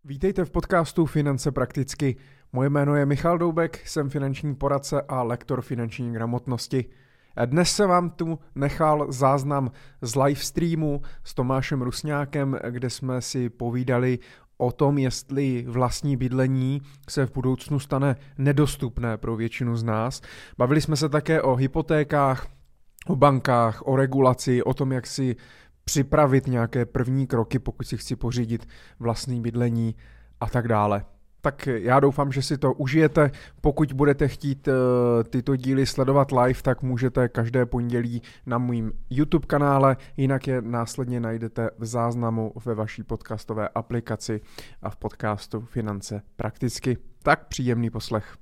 Vítejte v podcastu Finance prakticky. Moje jméno je Michal Doubek, jsem finanční poradce a lektor finanční gramotnosti. Dnes se vám tu nechal záznam z live streamu s Tomášem Rusňákem, kde jsme si povídali o tom, jestli vlastní bydlení se v budoucnu stane nedostupné pro většinu z nás. Bavili jsme se také o hypotékách, o bankách, o regulaci, o tom, jak si připravit nějaké první kroky, pokud si chci pořídit vlastní bydlení a tak dále. Tak já doufám, že si to užijete. Pokud budete chtít tyto díly sledovat live, tak můžete každé pondělí na mým YouTube kanále, jinak je následně najdete v záznamu ve vaší podcastové aplikaci a v podcastu Finance prakticky. Tak příjemný poslech.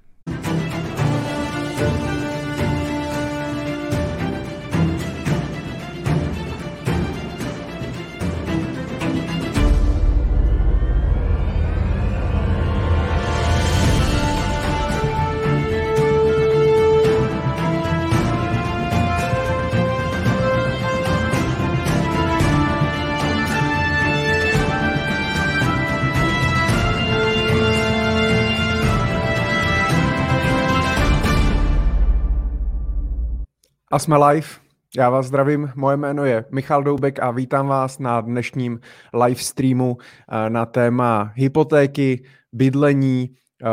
A jsme live. Já vás zdravím, moje jméno je Michal Doubek a vítám vás na dnešním live streamu na téma hypotéky, bydlení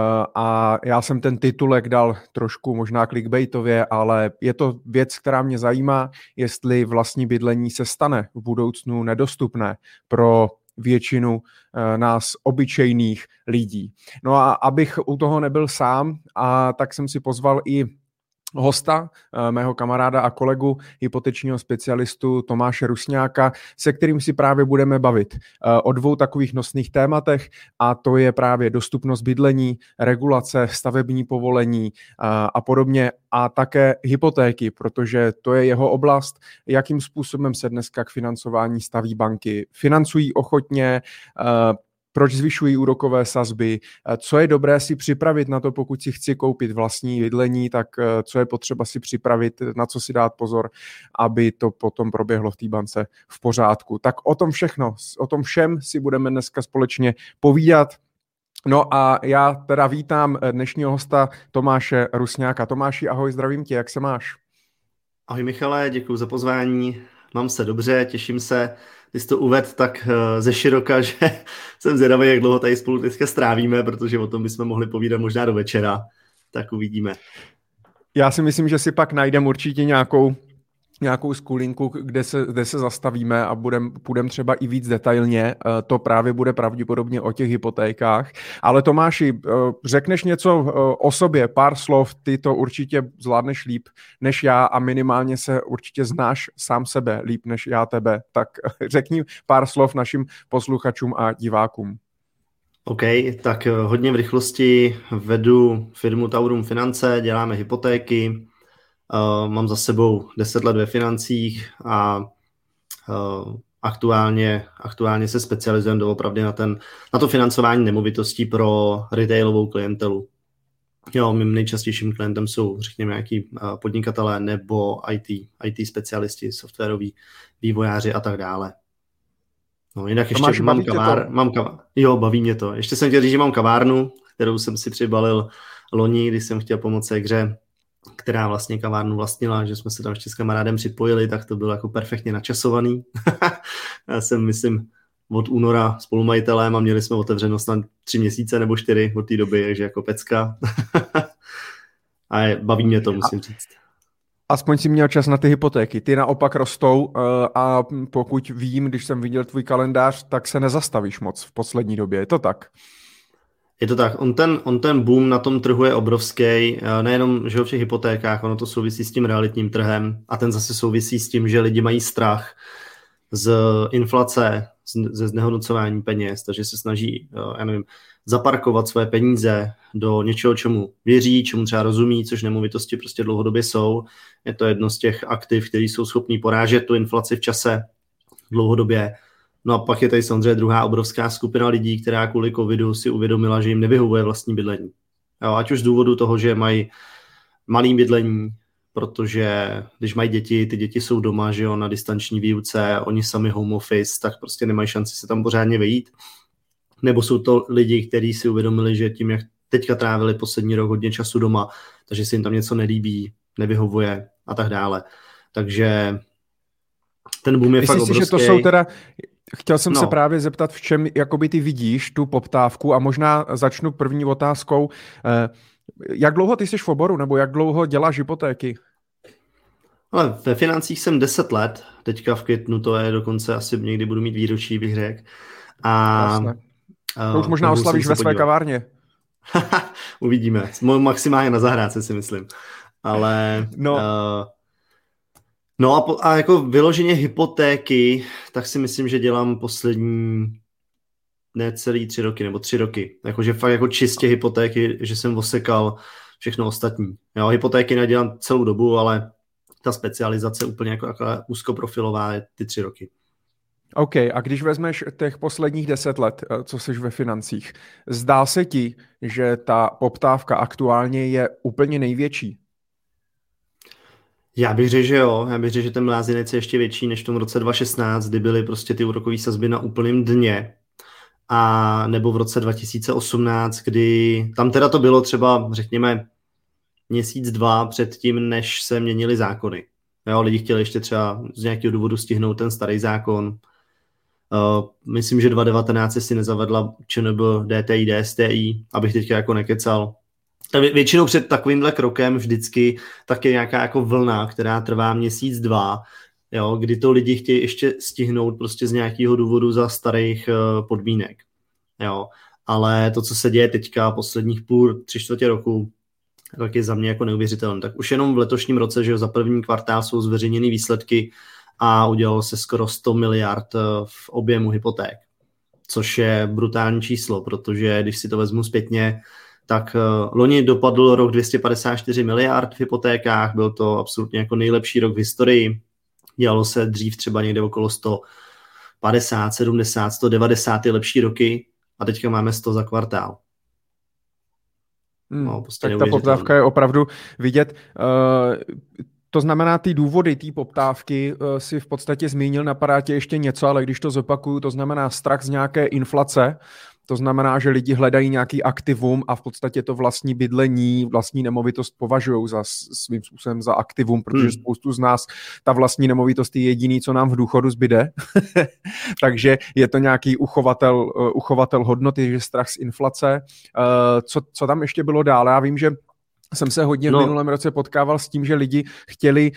a já jsem ten titulek dal trošku možná clickbaitově, ale je to věc, která mě zajímá, jestli vlastní bydlení se stane v budoucnu nedostupné pro většinu nás obyčejných lidí. No a abych u toho nebyl sám, tak jsem si pozval i hosta, mého kamaráda a kolegu, hypotečního specialistu Tomáše Rusňáka, se kterým si právě budeme bavit o dvou takových nosných tématech, a to je právě dostupnost bydlení, regulace, stavební povolení a podobně, a také hypotéky, protože to je jeho oblast, jakým způsobem se dneska k financování staví banky. Financují ochotně, proč zvyšují úrokové sazby, co je dobré si připravit na to, pokud si chci koupit vlastní bydlení, tak co je potřeba si připravit, na co si dát pozor, aby to potom proběhlo v té bance v pořádku. Tak o tom všem si budeme dneska společně povídat. No a já teda vítám dnešního hosta Tomáše Rusňáka. Tomáši, ahoj, zdravím tě, jak se máš? Ahoj Michale, děkuji za pozvání, mám se dobře, těším se. Ty jsi to uvedl tak ze široka, že jsem zvědavý, jak dlouho tady spolu dneska strávíme, protože o tom bychom mohli povídat možná do večera, tak uvidíme. Já si myslím, že si pak najdeme určitě nějakou skulinku, kde se zastavíme a půjdeme třeba i víc detailně. To právě bude pravděpodobně o těch hypotékách. Ale Tomáši, řekneš něco o sobě, pár slov, ty to určitě zvládneš líp než já a minimálně se určitě znáš sám sebe líp než já tebe. Tak řekni pár slov našim posluchačům a divákům. OK, tak hodně v rychlosti vedu firmu Taurum Finance, děláme hypotéky. Mám za sebou 10 let ve financích a aktuálně se specializujeme doopravdy na to financování nemovitostí pro retailovou klientelu. Jo, mým nejčastějším klientem jsou, řekněme, nějaký podnikatelé nebo IT specialisti, softwaroví vývojáři a tak dále. No, jinak ještě baví mě to. Ještě jsem chtěl říct, že mám kavárnu, kterou jsem si přibalil loni, když jsem chtěl pomoct hře, která vlastně kavárnu vlastnila, že jsme se tam ještě s kamarádem připojili, tak to bylo jako perfektně načasovaný. Já jsem, myslím, od února spolumajitelem a měli jsme otevřenost na 3 měsíce nebo 4 od té doby, takže jako pecka. A baví mě to, musím říct. Aspoň si měl čas na ty hypotéky. Ty naopak rostou a pokud vím, když jsem viděl tvůj kalendář, tak se nezastavíš moc v poslední době. Je to tak? Je to tak, on ten boom na tom trhu je obrovský, nejenom že v těch hypotékách, ono to souvisí s tím realitním trhem a ten zase souvisí s tím, že lidi mají strach z inflace, ze znehodnocování peněz, takže se snaží, zaparkovat své peníze do něčeho, čemu věří, čemu třeba rozumí, což nemovitosti prostě dlouhodobě jsou. Je to jedno z těch aktiv, které jsou schopný porážet tu inflaci v čase dlouhodobě. No a pak je tady samozřejmě druhá obrovská skupina lidí, která kvůli covidu si uvědomila, že jim nevyhovuje vlastní bydlení. Jo, ať už z důvodu toho, že mají malý bydlení, protože když mají děti, ty děti jsou doma, že jo, na distanční výuce, oni sami home office, tak prostě nemají šanci se tam pořádně vejít. nebo jsou to lidi, kteří si uvědomili, že tím, jak teďka trávili poslední rok hodně času doma, takže se jim tam něco nelíbí, nevyhovuje a tak dále. Takže ten boom je fakt obrovský. Že to jsou teda, chtěl jsem se právě zeptat, v čem jakoby ty vidíš tu poptávku a možná začnu první otázkou. Jak dlouho ty jsi v oboru, nebo jak dlouho děláš hypotéky? Ale ve financích jsem 10 let, teďka v květnu to je dokonce asi někdy budu mít výročí, bych řekl. To už možná oslavíš ve své kavárně. Uvidíme. Maximálně na zahrádce si myslím. Ale a jako vyloženě hypotéky, tak si myslím, že dělám poslední necelý 3 roky nebo 3 roky. Jakože fakt jako čistě hypotéky, že jsem osekal všechno ostatní. Jo, hypotéky nedělám celou dobu, ale ta specializace úplně jako úzkoprofilová je ty 3 roky. OK, a když vezmeš těch posledních 10 let, co jsi ve financích, zdá se ti, že ta poptávka aktuálně je úplně největší? Já bych řekl, že jo. Já bych řekl, že ten mlázinec je ještě větší než v tom roce 2016, kdy byly prostě ty úrokové sazby na úplném dně. A nebo v roce 2018, kdy tam teda to bylo třeba, řekněme, měsíc, 2 předtím, než se měnily zákony. Jo, lidi chtěli ještě třeba z nějakého důvodu stihnout ten starý zákon. Myslím, že 2019 si nezavedla ČNB, DTI, DSTI, abych teďka jako nekecal. Tak většinou před takovýmhle krokem vždycky tak je nějaká jako vlna, která trvá měsíc, 2, jo, kdy to lidi chtějí ještě stihnout prostě z nějakého důvodu za starých podmínek. Jo. Ale to, co se děje teďka posledních 3/4 roku, tak je za mě jako neuvěřitelné. Tak už jenom v letošním roce, že za první kvartál jsou zveřejněny výsledky a udělalo se skoro 100 miliard v objemu hypoték, což je brutální číslo, protože když si to vezmu zpětně, tak loni dopadl rok 254 miliard v hypotékách, byl to absolutně jako nejlepší rok v historii, dělalo se dřív třeba někde okolo 150, 70, 190 ty lepší roky a teďka máme 100 za kvartál. Tak ta poptávka je opravdu vidět. To znamená, ty důvody té poptávky si v podstatě zmínil, napadá tě ještě něco, ale když to zopakuju, to znamená strach z nějaké inflace, to znamená, že lidi hledají nějaký aktivum a v podstatě to vlastní bydlení, vlastní nemovitost považují za svým způsobem za aktivum, protože spoustu z nás ta vlastní nemovitost je jediný, co nám v důchodu zbyde. Takže je to nějaký uchovatel hodnoty, že strach z inflace. Co tam ještě bylo dál? Já vím, že jsem se hodně v minulém roce potkával s tím, že lidi chtěli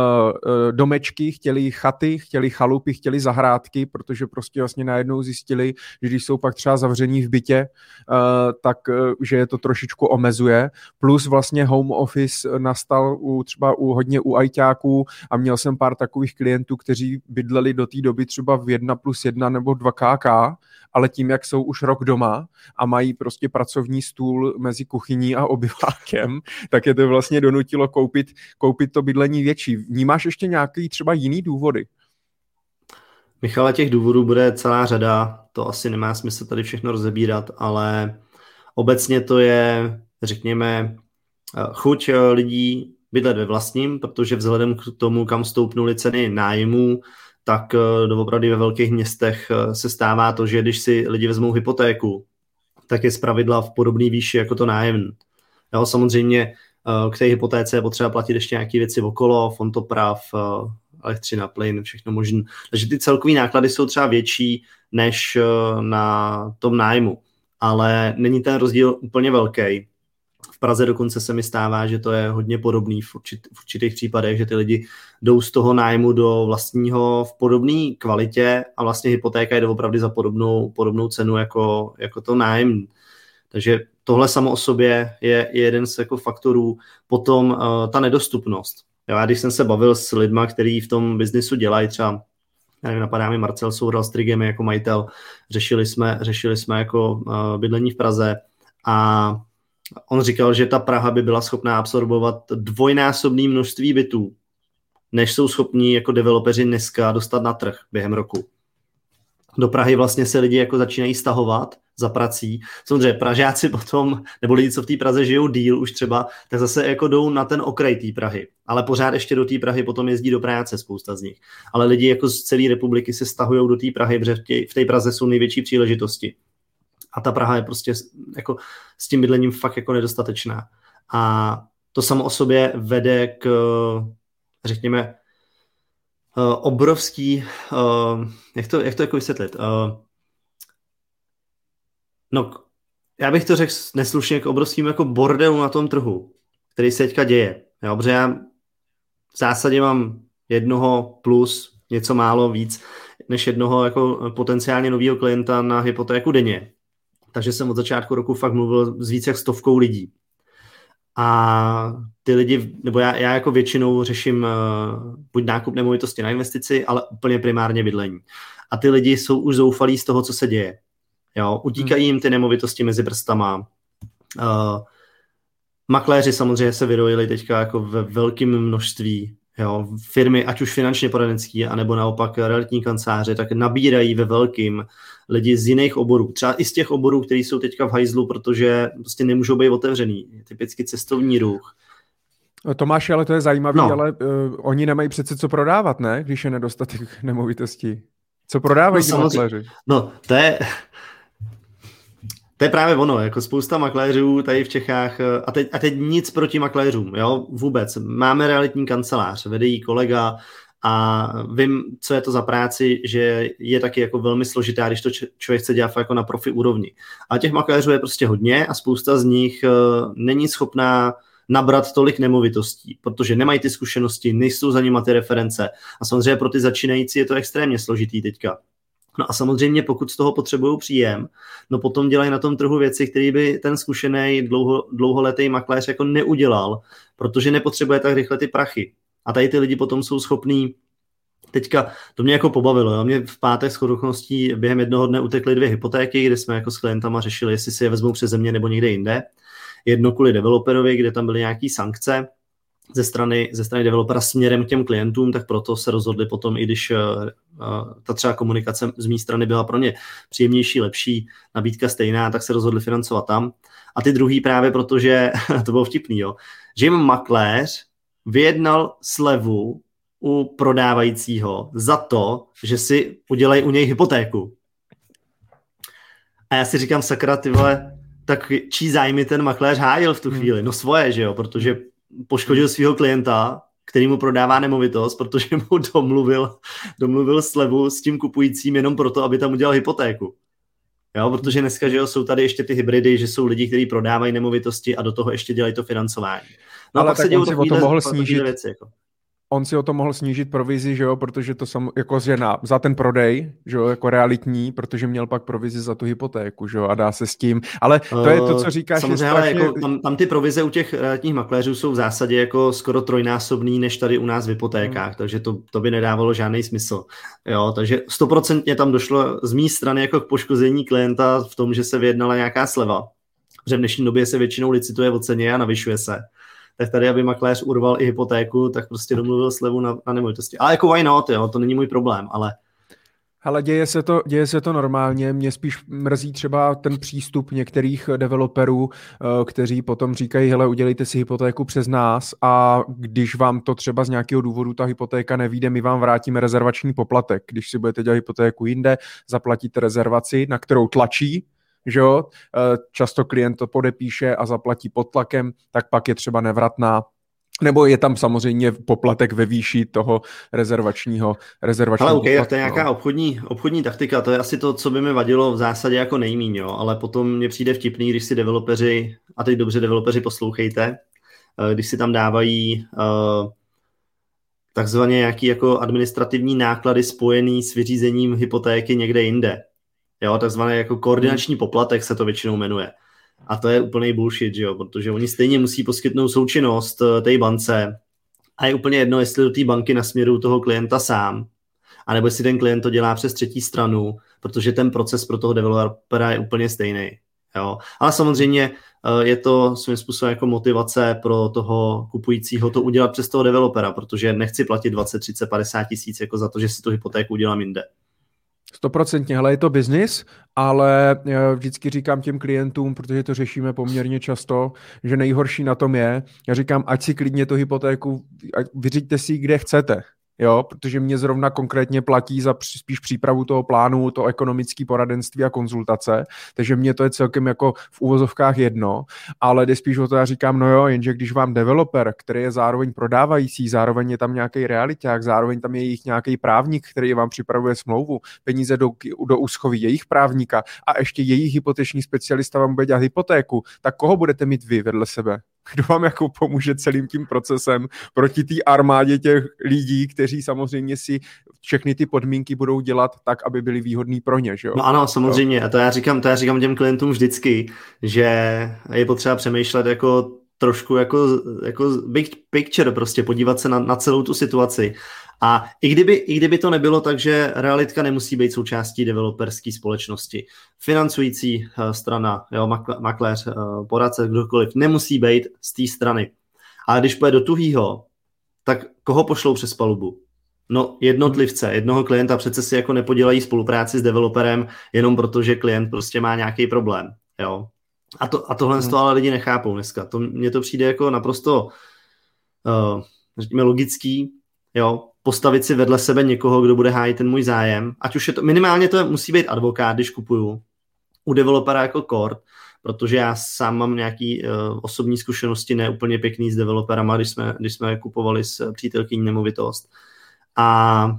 domečky, chtěli chaty, chtěli chalupy, chtěli zahrádky, protože prostě vlastně najednou zjistili, že když jsou pak třeba zavření v bytě, tak že je to trošičku omezuje. Plus vlastně home office nastal třeba hodně u ajťáků a měl jsem pár takových klientů, kteří bydleli do té doby třeba v 1+1 nebo 2 KK, ale tím, jak jsou už rok doma a mají prostě pracovní stůl mezi kuchyní a obyvákem, tak je to vlastně donutilo koupit to bydlení větší. Vnímáš ještě nějaký třeba jiný důvody? Michale, těch důvodů bude celá řada, to asi nemá smysl tady všechno rozebírat, ale obecně to je, řekněme, chuť lidí bydlet ve vlastním, protože vzhledem k tomu, kam stoupnuly ceny nájmů, tak doopravdy ve velkých městech se stává to, že když si lidi vezmou hypotéku, tak je zpravidla v podobné výši jako to nájemné. Jo, samozřejmě k té hypotéce je potřeba platit ještě nějaké věci okolo, fond oprav, elektřina, plyn, všechno možné. Takže ty celkové náklady jsou třeba větší než na tom nájmu, ale není ten rozdíl úplně velký. V Praze dokonce se mi stává, že to je hodně podobný v určitých případech, že ty lidi jdou z toho nájmu do vlastního v podobné kvalitě a vlastně hypotéka jde opravdu za podobnou cenu jako to nájemní. Takže tohle samo o sobě je jeden z jako faktorů. Potom ta nedostupnost. Já když jsem se bavil s lidma, kteří v tom biznisu dělají, třeba napadá mi Marcel Souhral s Trigem jako majitel, řešili jsme jako bydlení v Praze a on říkal, že ta Praha by byla schopná absorbovat dvojnásobné množství bytů, než jsou schopní jako developeři dneska dostat na trh během roku. Do Prahy vlastně se lidi jako začínají stahovat za prací. Samozřejmě Pražáci potom, nebo lidi, co v té Praze žijou díl už třeba, tak zase jako jdou na ten okraj té Prahy. Ale pořád ještě do té Prahy potom jezdí do práce spousta z nich. Ale lidi jako z celé republiky se stahují do té Prahy, protože v té Praze jsou největší příležitosti. A ta Praha je prostě jako s tím bydlením fakt jako nedostatečná. A to samo o sobě vede k, řekněme, obrovský, jak to jako vysvětlit? No, já bych to řekl neslušně k obrovským jako bordelu na tom trhu, který se teďka děje. Jo, protože já v zásadě mám jednoho plus něco málo víc než jednoho jako potenciálně nového klienta na hypotéku denně. Takže jsem od začátku roku fakt mluvil s více jak 100 lidí. A ty lidi, nebo já jako většinou řeším buď nákup nemovitosti na investici, ale úplně primárně bydlení. A ty lidi jsou už zoufalí z toho, co se děje. Jo, utíkají jim ty nemovitosti mezi prstama. Makléři samozřejmě se vyrojili teďka jako ve velkém množství. Jo, firmy, ať už finančně poradenský, anebo naopak realitní kanceláře, tak nabírají ve velkým lidi z jiných oborů. Třeba i z těch oborů, které jsou teďka v hajzlu, protože prostě nemůžou být otevřený. Typicky cestovní ruch. Tomáš, ale to je zajímavé, ale oni nemají přece co prodávat, ne? Když je nedostatek nemovitostí. Co prodávají makléři? No, to je právě ono, jako spousta makléřů tady v Čechách, a teď nic proti makléřům, jo, vůbec. Máme realitní kancelář, vede jí kolega a vím, co je to za práci, že je taky jako velmi složitá, když to člověk chce dělat jako na profi úrovni. A těch makléřů je prostě hodně a spousta z nich není schopná nabrat tolik nemovitostí, protože nemají ty zkušenosti, nejsou za nima ty reference a samozřejmě pro ty začínající je to extrémně složitý teďka. No a samozřejmě, pokud z toho potřebují příjem, no potom dělají na tom trhu věci, které by ten zkušený dlouholetý makléř jako neudělal, protože nepotřebuje tak rychle ty prachy. A tady ty lidi potom jsou schopní, teďka to mě jako pobavilo, jo? Mě v pátek shodou okolností během jednoho dne utekly 2 hypotéky, kde jsme jako s klientama řešili, jestli si je vezmou přes země nebo někde jinde. Jedno kvůli developerovi, kde tam byly nějaké sankce ze strany developera směrem k těm klientům, tak proto se rozhodli potom, i když ta třeba komunikace z mé strany byla pro ně příjemnější, lepší, nabídka stejná, tak se rozhodli financovat tam. A ty druhý právě protože, to bylo vtipný, jo, že jim makléř vyjednal slevu u prodávajícího za to, že si udělají u něj hypotéku. A já si říkám, sakra, ty vole, tak čí zájmy ten makléř hájil v tu chvíli? No svoje, že jo, protože poškodil svého klienta, který mu prodává nemovitost, protože mu domluvil slevu s tím kupujícím jenom proto, aby tam udělal hypotéku. Jo, protože dneska, že jo, jsou tady ještě ty hybridy, že jsou lidi, kteří prodávají nemovitosti a do toho ještě dělají to financování. No ale a pak se dějou takovýhle věci. Jako. On si o to mohl snížit provizi, že jo, protože to jako za ten prodej, že jo, jako realitní, protože měl pak provizi za tu hypotéku, že jo, a dá se s tím. Ale to je to, co říkáš. Samozřejmě, ale jako tam ty provize u těch realitních makléřů jsou v zásadě jako skoro trojnásobný, než tady u nás v hypotékách, takže to by nedávalo žádný smysl. Jo, takže 100% tam došlo z mé strany jako k poškození klienta v tom, že se vyjednala nějaká sleva. Protože v dnešní době se většinou licituje o ceně a navyšuje se. Tak tady, aby makléř urval i hypotéku, tak prostě domluvil slevu na nemovitosti. Ale jako why not, jo, to není můj problém, ale... Hele, děje se to normálně, mě spíš mrzí třeba ten přístup některých developerů, kteří potom říkají, hele, udělejte si hypotéku přes nás a když vám to třeba z nějakého důvodu ta hypotéka nevyjde, my vám vrátíme rezervační poplatek. Když si budete dělat hypotéku jinde, zaplatíte rezervaci, na kterou tlačí, že jo, často klient to podepíše a zaplatí pod tlakem, tak pak je třeba nevratná, nebo je tam samozřejmě poplatek ve výši toho rezervačního ale okay, poplatku. To je nějaká obchodní taktika, to je asi to, co by mi vadilo v zásadě jako nejmíň, jo, ale potom mně přijde vtipný, když si developeři, a teď dobře developeři poslouchejte, když si tam dávají takzvaně nějaký jako administrativní náklady spojený s vyřízením hypotéky někde jinde. Jo, takzvané jako koordinační poplatek se to většinou jmenuje. A to je úplný bullshit, že jo, protože oni stejně musí poskytnout součinnost té bance a je úplně jedno, jestli do té banky nasměrují toho klienta sám, anebo jestli ten klient to dělá přes třetí stranu, protože ten proces pro toho developera je úplně stejný. Jo. Ale samozřejmě je to svým způsobem jako motivace pro toho kupujícího to udělat přes toho developera, protože nechci platit 20, 30, 50 tisíc jako za to, že si tu hypotéku udělám jinde. 100%, hele, je to biznis, ale vždycky říkám těm klientům, protože to řešíme poměrně často, že nejhorší na tom je, já říkám, ať si klidně tu hypotéku, vyřiďte si ji, kde chcete. jo, protože mě zrovna konkrétně platí za spíš přípravu toho plánu, to ekonomické poradenství a konzultace, takže mě to je celkem jako v uvozovkách jedno, ale jde spíš o to, já říkám, no jo, jenže když vám developer, který je zároveň prodávající, zároveň je tam nějaký realiták, zároveň tam je jejich nějaký právník, který vám připravuje smlouvu, peníze do úschovy jejich právníka a ještě jejich hypoteční specialista vám bude dělat hypotéku, tak koho budete mít vy vedle sebe? Kdo vám jako pomůže celým tím procesem proti té armádě těch lidí, kteří samozřejmě si všechny ty podmínky budou dělat tak, aby byly výhodný pro ně, že jo? No ano, samozřejmě. A to já říkám těm klientům vždycky, že je potřeba přemýšlet jako trošku jako big picture, prostě podívat se na celou tu situaci. A i kdyby to nebylo tak, že realitka nemusí být součástí developerské společnosti. Financující strana, jo, makléř, poradce, kdokoliv, nemusí být z té strany. Ale když půjde do tuhýho, tak koho pošlou přes palubu? No jednotlivce, jednoho klienta, přece si jako nepodělají spolupráci s developerem jenom proto, že klient prostě má nějaký problém, jo. A tohle to ale lidi nechápou dneska. Mně to přijde jako naprosto řekněme logický, jo, postavit si vedle sebe někoho, kdo bude hájit ten můj zájem. Ať už je to, minimálně to musí být advokát, když kupuju u developera jako kort, protože já sám mám nějaký osobní zkušenosti neúplně pěkný s developerama, když jsme kupovali s přítelkyní nemovitost. A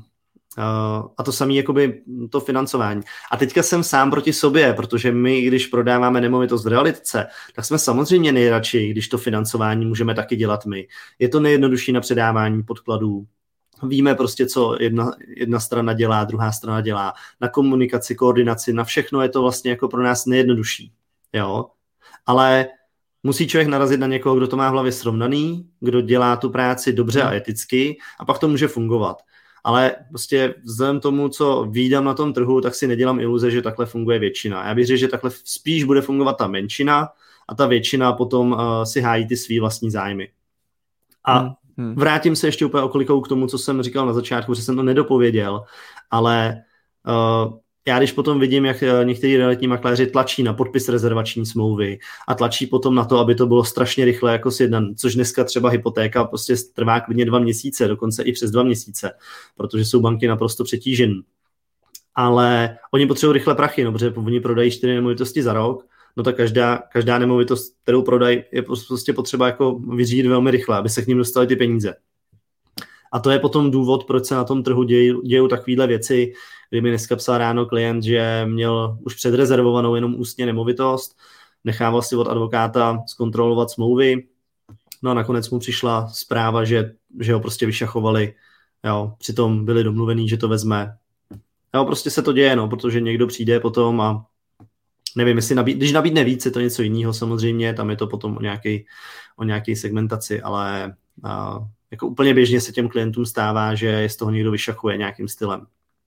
to samé jakoby to financování. A teďka jsem sám proti sobě, protože my, když prodáváme nemovitost v realitce, tak jsme samozřejmě nejradši, když to financování můžeme taky dělat my. Je to nejjednodušší na předávání podkladů. Víme prostě, co jedna strana dělá, druhá strana dělá. Na komunikaci, koordinaci, na všechno je to vlastně jako pro nás nejjednodušší. Jo? Ale musí člověk narazit na někoho, kdo to má v hlavě srovnaný, kdo dělá tu práci dobře a eticky a pak to může fungovat. Ale prostě vzhledem tomu, co vídám na tom trhu, tak si nedělám iluze, že takhle funguje většina. Já bych řekl, že takhle spíš bude fungovat ta menšina a ta většina potom si hájí ty svý vlastní zájmy. A vrátím se ještě úplně okolikou k tomu, co jsem říkal na začátku, že jsem to nedopověděl, ale já když potom vidím, jak některý realitní makléři tlačí na podpis rezervační smlouvy a tlačí potom na to, aby to bylo strašně rychle jako sjednan, což dneska třeba hypotéka prostě trvá klidně 2 měsíce, dokonce i přes 2 měsíce, protože jsou banky naprosto přetížené. Ale oni potřebují rychle prachy, no, protože oni prodají 4 nemovitosti za rok, no tak každá nemovitost, kterou prodají, je prostě potřeba jako vyřídit velmi rychle, aby se k ním dostaly ty peníze. A to je potom důvod, proč se na tom trhu dějou takovéhle věci, kdyby dneska psal ráno klient, že měl už předrezervovanou jenom ústně nemovitost, nechával si od advokáta zkontrolovat smlouvy, no a nakonec mu přišla zpráva, že ho prostě vyšachovali, jo, přitom byli domluvení, že to vezme. Jo, prostě se to děje, no, protože někdo přijde potom a nevím, jestli když nabídne víc, je to něco jiného samozřejmě, tam je to potom o nějaké segmentaci, ale jako úplně běžně se těm klientům stává, že z toho někdo vyšachuje nějakým stylem.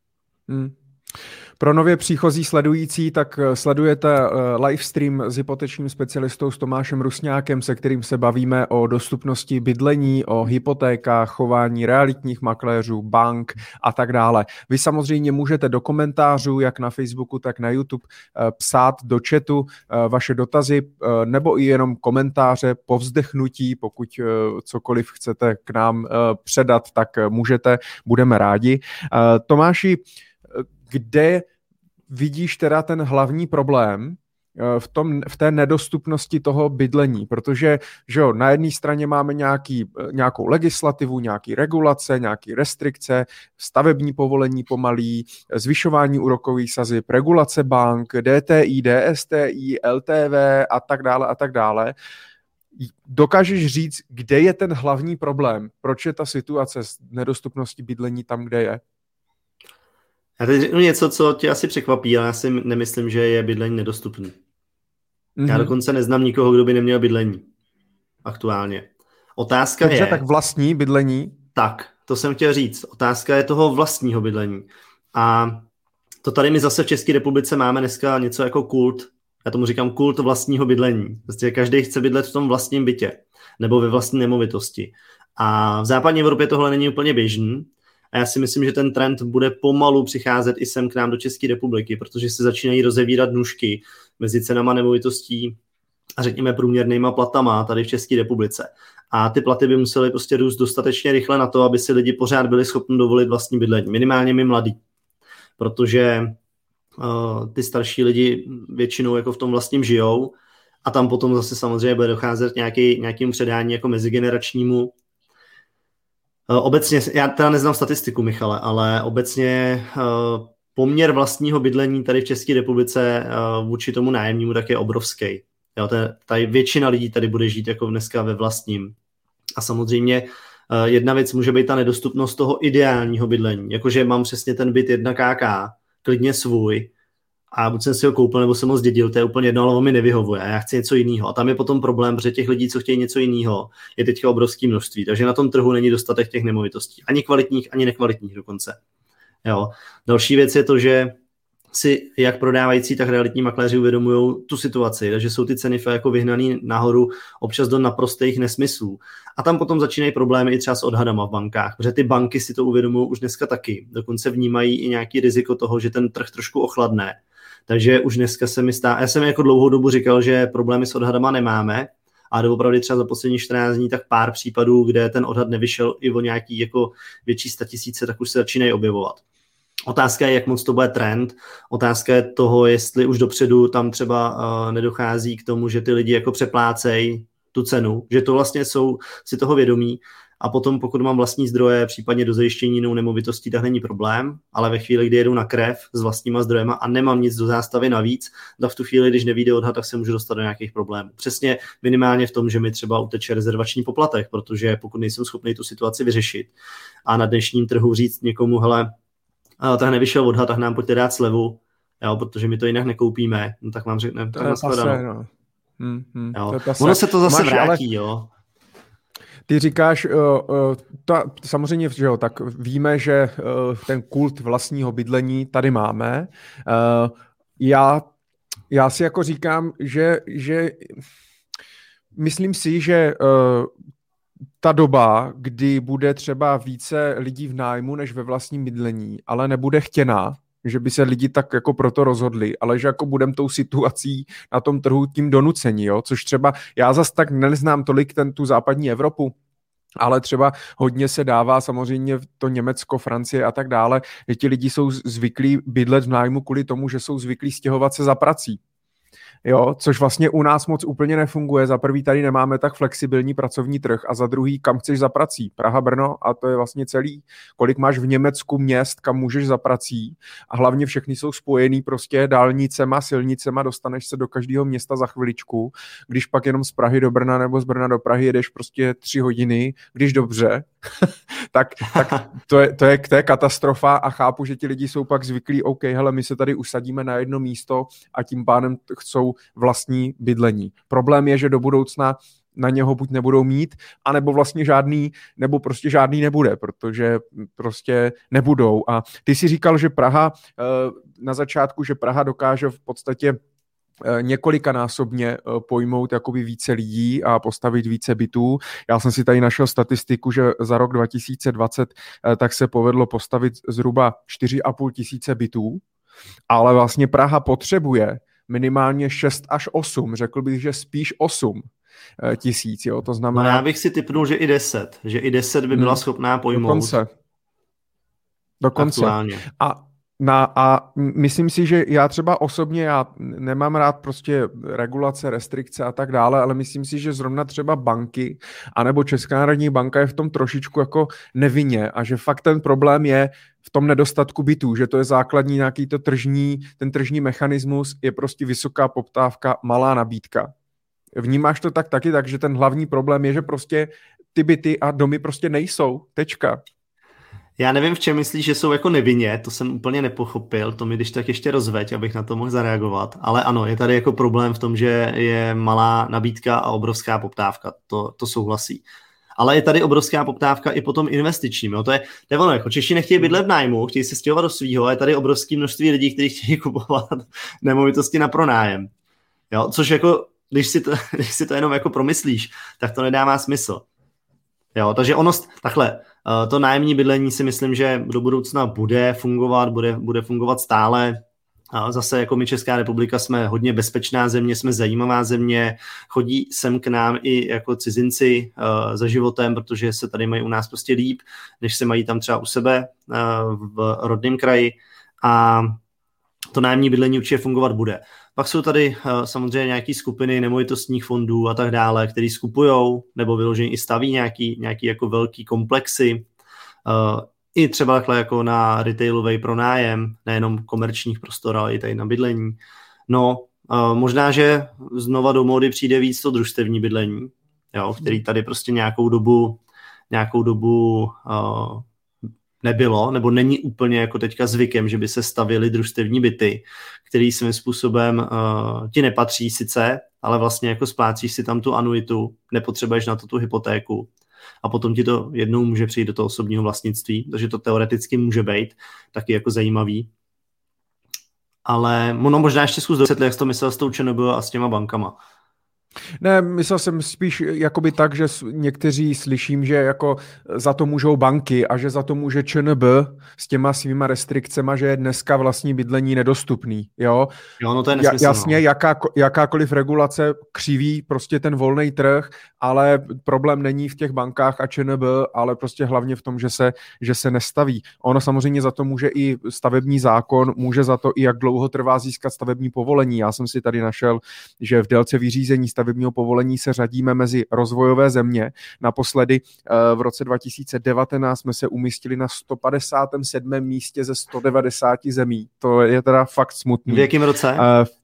Pro nově příchozí sledující, tak sledujete livestream s hypotečním specialistou s Tomášem Rusňákem, se kterým se bavíme o dostupnosti bydlení, o hypotékách, chování realitních makléřů, bank a tak dále. Vy samozřejmě můžete do komentářů, jak na Facebooku, tak na YouTube, psát do chatu vaše dotazy nebo i jenom komentáře, povzdechnutí, pokud cokoliv chcete k nám předat, tak můžete, budeme rádi. Tomáši, kde vidíš teda ten hlavní problém v té nedostupnosti toho bydlení? Protože že jo, na jedné straně máme nějakou legislativu, nějaký regulace, nějaký restrikce, stavební povolení pomalý, zvyšování úrokových sazeb, regulace bank, DTI, DSTI, LTV a tak dále. Dokážeš říct, kde je ten hlavní problém? Proč je ta situace s nedostupností bydlení tam, kde je? Já teď řeknu něco, co tě asi překvapí, ale já si nemyslím, že je bydlení nedostupný. Já dokonce neznám nikoho, kdo by neměl bydlení aktuálně. Otázka je... tak vlastní bydlení? Tak, to jsem chtěl říct. Otázka je toho vlastního bydlení. A to tady my zase v České republice máme dneska něco jako kult. Já tomu říkám kult vlastního bydlení. Prostě každý chce bydlet v tom vlastním bytě nebo ve vlastní nemovitosti. A v západní Evropě tohle není úplně běžný. A já si myslím, že ten trend bude pomalu přicházet i sem k nám do České republiky, protože se začínají rozevírat nůžky mezi cenama nemovitostí a řekněme průměrnýma platama tady v České republice. A ty platy by musely prostě růst dostatečně rychle na to, aby si lidi pořád byli schopni dovolit vlastní bydlení. Minimálně my mladí. Protože ty starší lidi většinou jako v tom vlastním žijou a tam potom zase samozřejmě bude docházet nějakým předání jako mezigeneračnímu. Obecně, já teda neznám statistiku, Michale, ale obecně poměr vlastního bydlení tady v České republice vůči tomu nájemnímu tak je obrovský. Jo, tady většina lidí tady bude žít jako dneska ve vlastním. A samozřejmě jedna věc může být ta nedostupnost toho ideálního bydlení. Jakože mám přesně ten byt 1 kk, klidně svůj, a buď jsem si ho koupil, nebo jsem ho zdědil, to je úplně jedno, ale on mi nevyhovuje, já chci něco jiného. A tam je potom problém, protože těch lidí, co chtějí něco jiného, je teďka obrovský množství. Takže na tom trhu není dostatek těch nemovitostí. Ani kvalitních, ani nekvalitních dokonce. Jo. Další věc je to, že si jak prodávající, tak realitní makléři uvědomují tu situaci, takže jsou ty ceny jako vyhnaný nahoru občas do naprostých nesmyslů. A tam potom začínají problémy i třeba s odhadama v bankách, protože ty banky si to uvědomují už dneska taky. Dokonce vnímají i nějaký riziko toho, že ten trh trošku ochladne. Takže už dneska se mi stává, já jsem jako dlouhou dobu říkal, že problémy s odhadama nemáme, a doopravdy třeba za poslední 14 dní tak pár případů, kde ten odhad nevyšel i o nějaký jako větší 100 000, tak už se začínají objevovat. Otázka je, jak moc to bude trend. Otázka je toho, jestli už dopředu tam třeba nedochází k tomu, že ty lidi jako přeplácejí tu cenu, že to vlastně jsou si toho vědomí. A potom, pokud mám vlastní zdroje, případně do zajištění jinou nemovitostí, tak není problém, ale ve chvíli, kdy jedu na krev s vlastníma zdrojema a nemám nic do zástavy navíc, tak v tu chvíli, když nevyjde odhad, tak se můžu dostat do nějakých problémů. Přesně minimálně v tom, že mi třeba uteče rezervační poplatek, protože pokud nejsem schopný tu situaci vyřešit a na dnešním trhu říct někomu, hele, tak nevyšel odhad, tak nám pojďte dát slevu, jo, protože my to jinak nekoupíme, no, tak vám řekneme, tak nashledanou. Ono se to zase vrátí, jo. Ty říkáš, samozřejmě, že jo, tak víme, že ten kult vlastního bydlení tady máme. Já si jako říkám, že myslím si, že ta doba, kdy bude třeba více lidí v nájmu než ve vlastním bydlení, ale nebude chtěná, že by se lidi tak jako proto rozhodli, ale že jako budem tou situací na tom trhu tím donucení, jo? Což třeba já zas tak neznám tolik tu západní Evropu, ale třeba hodně se dává samozřejmě to Německo, Francie a tak dále, že ti lidi jsou zvyklí bydlet v nájmu kvůli tomu, že jsou zvyklí stěhovat se za prací. Jo, což vlastně u nás moc úplně nefunguje. Za prvý tady nemáme tak flexibilní pracovní trh a za druhý, kam chceš za prací? Praha, Brno a to je vlastně celý. Kolik máš v Německu měst, kam můžeš za prací a hlavně všechny jsou spojený prostě dálnicema, silnicema, dostaneš se do každého města za chviličku, když pak jenom z Prahy do Brna nebo z Brna do Prahy jedeš prostě 3 hodiny, když dobře, tak to je katastrofa a chápu, že ti lidi jsou pak zvyklí, OK, hele, my se tady usadíme na jedno místo a tím pádem chcou vlastní bydlení. Problém je, že do budoucna na něho buď nebudou mít, anebo vlastně žádný, nebo prostě žádný nebude, protože prostě nebudou. A ty si říkal, že Praha na začátku, že Praha dokáže v podstatě několikanásobně pojmout jakoby více lidí a postavit více bytů. Já jsem si tady našel statistiku, že za rok 2020 tak se povedlo postavit zhruba 4,5 tisíce bytů, ale vlastně Praha potřebuje minimálně 6 až 8, řekl bych, že spíš 8 tisíc, jo, to znamená... No já bych si tipnul, že i 10, by byla schopná pojmout. Dokonce. Aktuálně. A myslím si, že já třeba osobně, já nemám rád prostě regulace, restrikce a tak dále, ale myslím si, že zrovna třeba banky, anebo Česká národní banka je v tom trošičku jako nevinně a že fakt ten problém je v tom nedostatku bytů, že to je základní nějaký ten tržní mechanismus, je prostě vysoká poptávka, malá nabídka. Vnímáš to taky tak, že ten hlavní problém je, že prostě ty byty a domy prostě nejsou, tečka. Já nevím, v čem myslíš, že jsou jako nevinně, to jsem úplně nepochopil, to mi když tak ještě rozveď, abych na to mohl zareagovat, ale ano, je tady jako problém v tom, že je malá nabídka a obrovská poptávka, to souhlasí. Ale je tady obrovská poptávka i potom investičním, jo? To je ono, jako Češi nechtějí bydlet v nájmu, chtějí se stěhovat do svýho, a je tady obrovské množství lidí, kteří chtějí kupovat nemovitosti na pronájem. Jo? Což jako, když si to jenom jako promyslíš, tak to nedává smysl. Jo? Takže takhle, to nájemní bydlení si myslím, že do budoucna bude fungovat stále. A zase jako my Česká republika jsme hodně bezpečná země, jsme zajímavá země, chodí sem k nám i jako cizinci za životem, protože se tady mají u nás prostě líp, než se mají tam třeba u sebe v rodném kraji a to nájemní bydlení určitě fungovat bude. Pak jsou tady samozřejmě nějaké skupiny nemovitostních fondů a tak dále, který skupujou nebo vyloženě i staví nějaký jako velký komplexy, i třeba takhle jako na retailový pronájem, nejenom komerčních prostor, ale i tady na bydlení. No, možná, že znova do módy přijde víc to družstevní bydlení, jo, který tady prostě nějakou dobu nebylo, nebo není úplně jako teďka zvykem, že by se stavěly družstevní byty, který svým způsobem ti nepatří sice, ale vlastně jako splácíš si tam tu anuitu, nepotřebuješ na to tu hypotéku a potom ti to jednou může přijít do toho osobního vlastnictví, takže to teoreticky může být taky jako zajímavý. Ale možná ještě zkus dovysvětlit, jak jsi to myslel s tou ČNB a s těma bankama. Ne, myslel jsem spíš jakoby tak, že někteří slyším, že jako za to můžou banky a že za to může ČNB s těma svýma restrikcema, že je dneska vlastní bydlení nedostupný, jo? Jo, no to je nesmysl. Jasně, jakákoliv regulace křiví prostě ten volný trh, ale problém není v těch bankách a ČNB, ale prostě hlavně v tom, že se nestaví. Ono samozřejmě za to může i stavební zákon, může za to i jak dlouho trvá získat stavební povolení. Já jsem si tady našel, že v délce vyřízení stavebního povolení se řadíme mezi rozvojové země. Naposledy v roce 2019 jsme se umístili na 157. místě ze 190 zemí. To je teda fakt smutný. V jakém roce?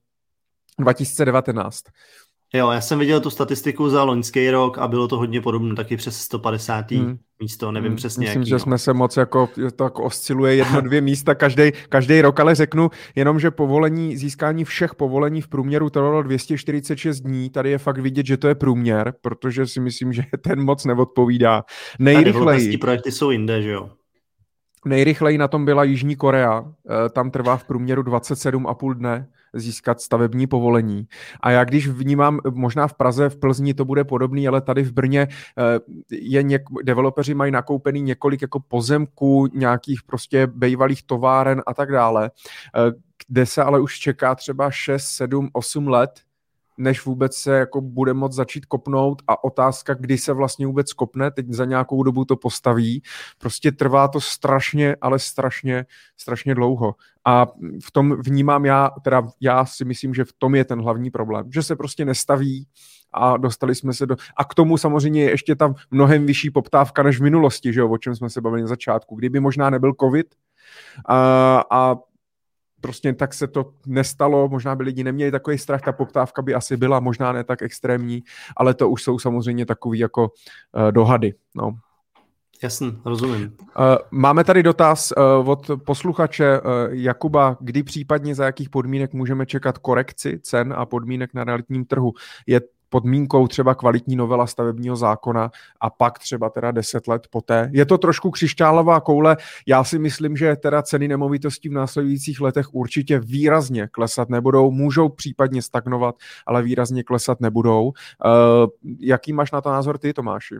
2019. Jo, já jsem viděl tu statistiku za loňský rok a bylo to hodně podobné, taky přes 150. místo, nevím přesně Myslím, jaký. že jsme se moc jako, to jako osciluje 1-2 místa každý rok, ale řeknu jenom, že získání všech povolení v průměru trvalo 246 dní, tady je fakt vidět, že to je průměr, protože si myslím, že ten moc neodpovídá. Nejrychleji. Projekty jsou jinde, že jo? Nejrychleji na tom byla Jižní Korea, tam trvá v průměru 27,5 dne získat stavební povolení. A já když vnímám, možná v Praze, v Plzni to bude podobný, ale tady v Brně developeři mají nakoupený několik jako pozemků, nějakých prostě bejvalých továren a tak dále, kde se ale už čeká třeba 6, 7, 8 let, než vůbec se jako bude moct začít kopnout a otázka, kdy se vlastně vůbec kopne, teď za nějakou dobu to postaví. Prostě trvá to strašně, ale strašně dlouho. A v tom vnímám já si myslím, že v tom je ten hlavní problém, že se prostě nestaví a dostali jsme se a k tomu samozřejmě je ještě tam mnohem vyšší poptávka než v minulosti, že jo, o čem jsme se bavili na začátku. Kdyby možná nebyl covid a prostě tak se to nestalo, možná by lidi neměli takový strach, ta poptávka by asi byla, možná ne tak extrémní, ale to už jsou samozřejmě takový jako dohady. No. Jasně, rozumím. Máme tady dotaz od posluchače Jakuba, kdy případně za jakých podmínek můžeme čekat korekci cen a podmínek na realitním trhu. Je podmínkou třeba kvalitní novela stavebního zákona a pak třeba teda 10 let poté. Je to trošku křišťálová koule. Já si myslím, že teda ceny nemovitostí v následujících letech určitě výrazně klesat nebudou. Můžou případně stagnovat, ale výrazně klesat nebudou. Jaký máš na to názor ty, Tomáši?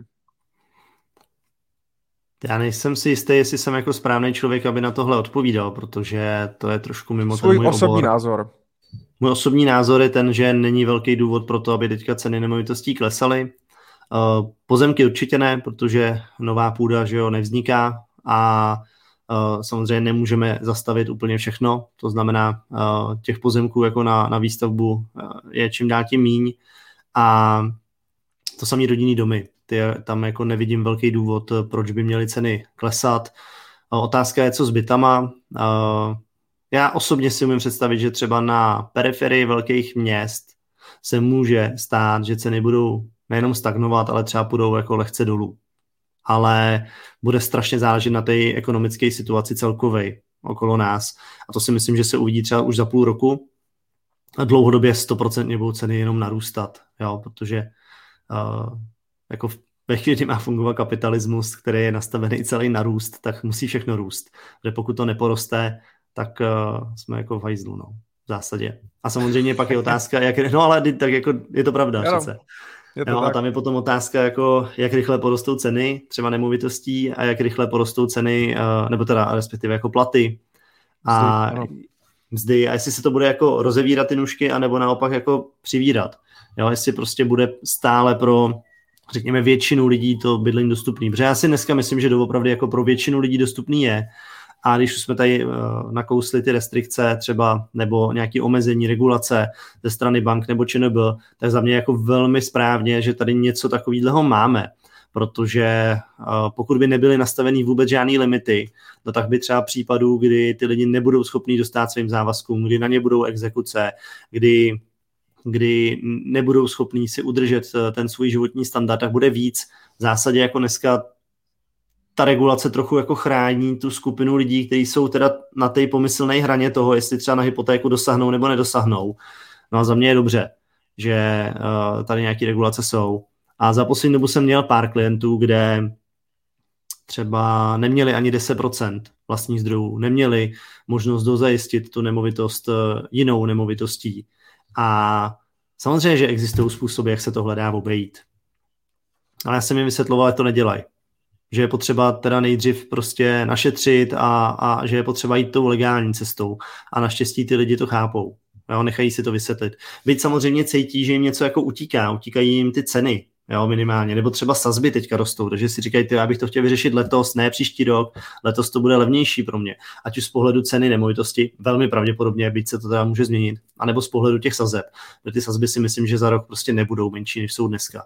Já nejsem si jistý, jestli jsem jako správný člověk, aby na tohle odpovídal, protože to je trošku mimo ten můj osobní názor. Můj osobní názor je ten, že není velký důvod pro to, aby teďka ceny nemovitostí klesaly. Pozemky určitě ne, protože nová půda, že jo, nevzniká a samozřejmě nemůžeme zastavit úplně všechno. To znamená, těch pozemků jako na výstavbu je čím dál tím míň a to samý rodinný domy. Tam jako nevidím velký důvod, proč by měly ceny klesat. Otázka je, co s bytama. Já osobně si umím představit, že třeba na periferii velkých měst se může stát, že ceny budou nejenom stagnovat, ale třeba půjdou jako lehce dolů. Ale bude strašně záležet na té ekonomické situaci celkovej okolo nás. A to si myslím, že se uvidí třeba už za půl roku. A dlouhodobě 100% budou ceny jenom narůstat, jo? Protože jako ve chvíli, kdy má fungovat kapitalismus, který je nastavený celý na růst, tak musí všechno růst. Protože pokud to neporoste, tak jsme jako v hajzlu, no, v zásadě. A samozřejmě pak je otázka, ale tak jako je to pravda přece. A tam je potom otázka, jako, jak rychle porostou ceny, třeba nemovitostí, a jak rychle porostou ceny, nebo teda respektive jako platy. A mzdy a jestli se to bude jako rozevírat ty nůžky, anebo naopak jako přivírat. Jo, jestli prostě bude stále pro, řekněme, většinu lidí to bydlení dostupný. Protože já si dneska myslím, že doopravdy jako pro většinu lidí dostupný je. A když už jsme tady nakousli ty restrikce třeba nebo nějaké omezení, regulace ze strany bank nebo ČNB, tak za mě jako velmi správně, že tady něco takového máme. Protože pokud by nebyly nastaveny vůbec žádný limity, no tak by třeba případů, kdy ty lidi nebudou schopní dostát svým závazkům, kdy na ně budou exekuce, kdy nebudou schopní si udržet ten svůj životní standard, tak bude víc. V zásadě jako dneska ta regulace trochu jako chrání tu skupinu lidí, kteří jsou teda na té pomyslné hraně toho, jestli třeba na hypotéku dosáhnou nebo nedosáhnou. No a za mě je dobře, že tady nějaké regulace jsou. A za poslední dobu jsem měl pár klientů, kde třeba neměli ani 10% vlastních zdrojů, neměli možnost dozajistit tu nemovitost jinou nemovitostí. A samozřejmě, že existují způsoby, jak se tohle dá obejít. Ale já jsem jim vysvětloval, jak to nedělají. Že je potřeba teda nejdřív prostě našetřit a že je potřeba jít tou legální cestou. A naštěstí ty lidi to chápou. Jo, nechají si to vysvětlit. Byť samozřejmě cítí, že jim něco jako utíkají jim ty ceny, jo, minimálně, nebo třeba sazby teďka rostou, takže si říkají, já bych to chtěl vyřešit letos, ne příští rok, letos to bude levnější pro mě. Ať už z pohledu ceny nemovitosti, velmi pravděpodobně, byť se to teda může změnit, anebo z pohledu těch sazeb. Protože ty sazby si myslím, že za rok prostě nebudou menší, než jsou dneska.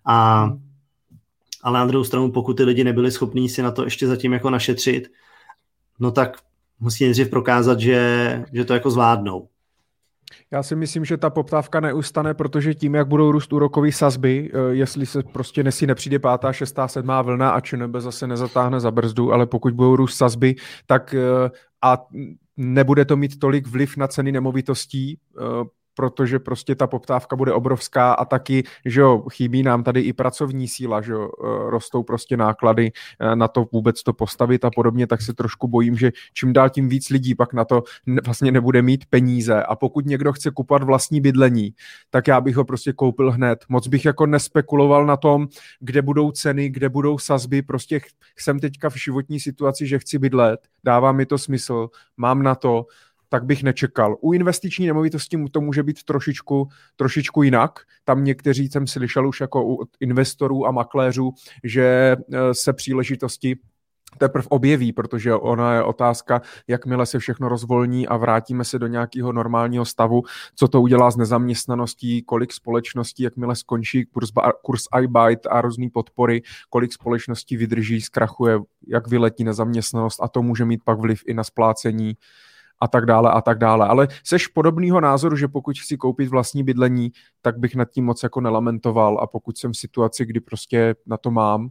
Ale na druhou stranu, pokud ty lidi nebyli schopní si na to ještě zatím jako našetřit, no tak musí nejdřív prokázat, že to jako zvládnou. Já si myslím, že ta poptávka neustane, protože tím, jak budou růst úrokové sazby, jestli se prostě nepřijde 5., 6., 7. vlna a ČNB zase nezatáhne za brzdu, ale pokud budou růst sazby, tak a nebude to mít tolik vliv na ceny nemovitostí, protože prostě ta poptávka bude obrovská a taky, že jo, chybí nám tady i pracovní síla, že jo, rostou prostě náklady na to vůbec to postavit a podobně, tak se trošku bojím, že čím dál tím víc lidí pak na to vlastně nebude mít peníze a pokud někdo chce kupovat vlastní bydlení, tak já bych ho prostě koupil hned. Moc bych jako nespekuloval na tom, kde budou ceny, kde budou sazby, prostě jsem teďka v životní situaci, že chci bydlet, dává mi to smysl, mám na to, tak bych nečekal. U investiční nemovitosti to může být trošičku jinak. Tam někteří jsem slyšel už jako u investorů a makléřů, že se příležitosti teprve objeví, protože ona je otázka, jakmile se všechno rozvolní a vrátíme se do nějakého normálního stavu, co to udělá s nezaměstnaností, kolik společností, jakmile skončí kurz iBuyte a různý podpory, kolik společností vydrží, zkrachuje, jak vyletí nezaměstnanost a to může mít pak vliv i na splácení a tak dále a tak dále. Ale seš podobného názoru, že pokud chci koupit vlastní bydlení, tak bych nad tím moc jako nelamentoval a pokud jsem v situaci, kdy prostě na to mám,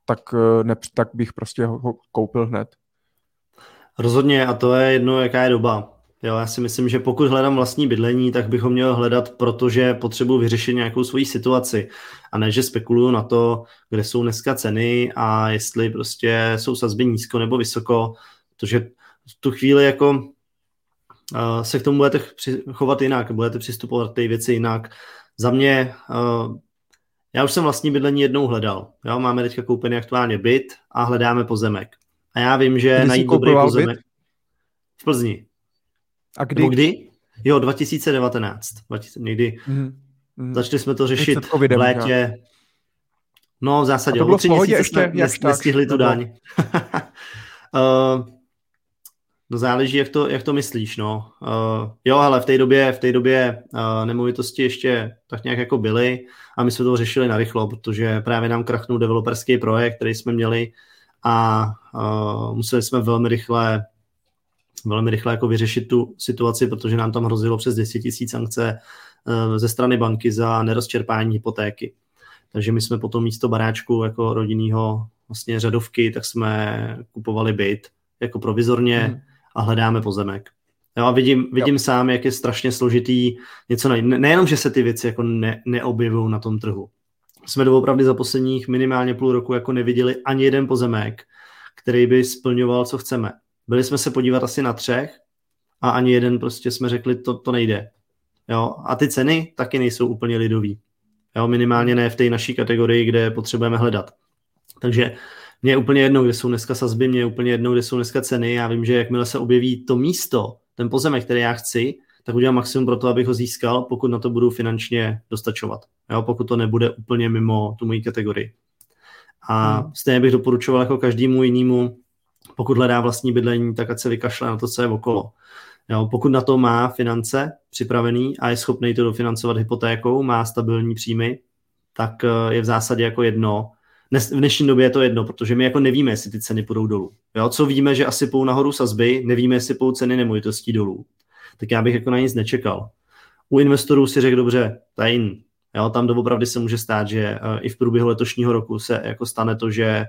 tak bych prostě ho koupil hned. Rozhodně a to je jedno, jaká je doba. Jo, já si myslím, že pokud hledám vlastní bydlení, tak bych ho měl hledat, protože potřebuji vyřešit nějakou svoji situaci a ne, že spekuluju na to, kde jsou dneska ceny a jestli prostě jsou sazby nízko nebo vysoko, protože v tu chvíli jako se k tomu budete chovat jinak, budete přistupovat k té věci jinak. Za mě, já už jsem vlastní bydlení jednou hledal. Jo? Máme teďka koupený aktuálně byt a hledáme pozemek. A já vím, že najít dobrý pozemek v Plzni. A kdy? Jo, 2019. Někdy. Začali jsme to řešit v létě. Já. No, v zásadě. A to bylo v pohodě ještě? Nestihli tu daň. No záleží, jak to myslíš, no. Jo, ale v té době nemovitosti ještě tak nějak jako byly a my jsme to řešili narychlo, protože právě nám krachnul developerský projekt, který jsme měli a museli jsme velmi rychle jako vyřešit tu situaci, protože nám tam hrozilo přes 10 000 sankce ze strany banky za nerozčerpání hypotéky. Takže my jsme potom místo baráčku jako rodinného vlastně řadovky, tak jsme kupovali byt jako provizorně a hledáme pozemek. Jo, a vidím sám, jak je strašně složitý něco najít. Nejenom, že se ty věci jako neobjevují na tom trhu. Jsme doopravdy za posledních minimálně půl roku jako neviděli ani jeden pozemek, který by splňoval, co chceme. Byli jsme se podívat asi na 3 a ani jeden prostě jsme řekli, to nejde. Jo, a ty ceny taky nejsou úplně lidový. Jo, minimálně ne v té naší kategorii, kde potřebujeme hledat. Takže mně je úplně jedno, kde jsou dneska sazby, mně je úplně jedno, kde jsou dneska ceny. Já vím, že jakmile se objeví to místo, ten pozemek, který já chci, tak udělám maximum pro to, abych ho získal, pokud na to budu finančně dostačovat. Jo, pokud to nebude úplně mimo tu moji kategorii. A stejně bych doporučoval jako každému jinému, pokud hledá vlastní bydlení, tak ať se vykašle na to, co je okolo. Jo, pokud na to má finance připravený a je schopný to dofinancovat hypotékou, má stabilní příjmy, tak je v zásadě jako jedno. V dnešní době je to jedno, protože my jako nevíme, jestli ty ceny půjdou dolů. Jo, co víme, že asi půjdou nahoru sazby, nevíme, jestli půjdou ceny nemovitostí dolů. Tak já bych jako na nic nečekal. U investorů si řekl, dobře, tajn. Jo, tam doopravdy se může stát, že i v průběhu letošního roku se jako stane to, že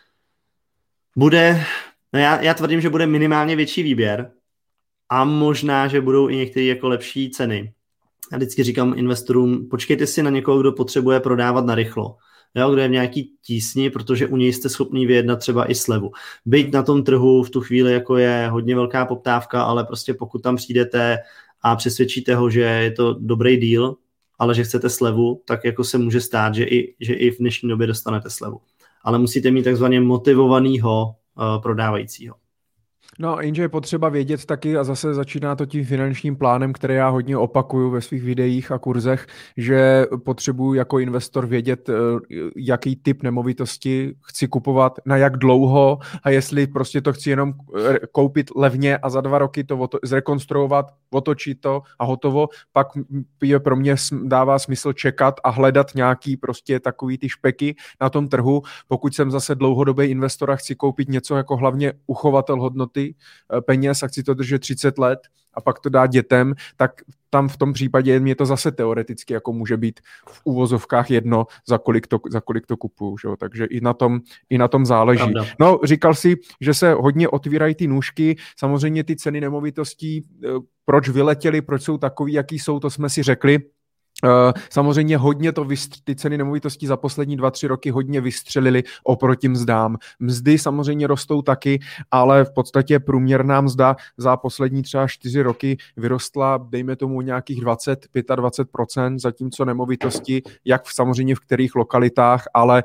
bude, no já tvrdím, že bude minimálně větší výběr a možná, že budou i některé jako lepší ceny. Já vždycky říkám investorům, počkejte si na někoho, kdo potřebuje prodávat narychlo. Jo, kdo je v nějaký tísni, protože u něj jste schopný vyjednat třeba i slevu. Byť na tom trhu v tu chvíli jako je hodně velká poptávka, ale prostě pokud tam přijdete a přesvědčíte ho, že je to dobrý deal, ale že chcete slevu, tak jako se může stát, že i v dnešní době dostanete slevu. Ale musíte mít takzvaně motivovaného prodávajícího. No, jenže je potřeba vědět taky, a zase začíná to tím finančním plánem, který já hodně opakuju ve svých videích a kurzech, že potřebuji jako investor vědět, jaký typ nemovitosti chci kupovat, na jak dlouho a jestli prostě to chci jenom koupit levně a za 2 roky to zrekonstruovat, otočit to a hotovo, pak je pro mě dává smysl čekat a hledat nějaký prostě takový ty špeky na tom trhu. Pokud jsem zase dlouhodobý investor a chci koupit něco jako hlavně uchovatel hodnoty peněz a chci to držet 30 let a pak to dát dětem, tak tam v tom případě mě to zase teoreticky jako může být v uvozovkách jedno, za kolik to kupuju. Že? Takže i na tom záleží. Pravda. No, říkal si, že se hodně otvírají ty nůžky, samozřejmě ty ceny nemovitostí, proč vyletěly, proč jsou takový, jaký jsou, to jsme si řekli. Samozřejmě hodně ty ceny nemovitostí za poslední 2-3 roky hodně vystřelily oproti mzdám. Mzdy samozřejmě rostou taky, ale v podstatě průměrná mzda za poslední třeba 4 roky vyrostla, dejme tomu nějakých 20-25%, zatímco nemovitosti, jak samozřejmě v kterých lokalitách, ale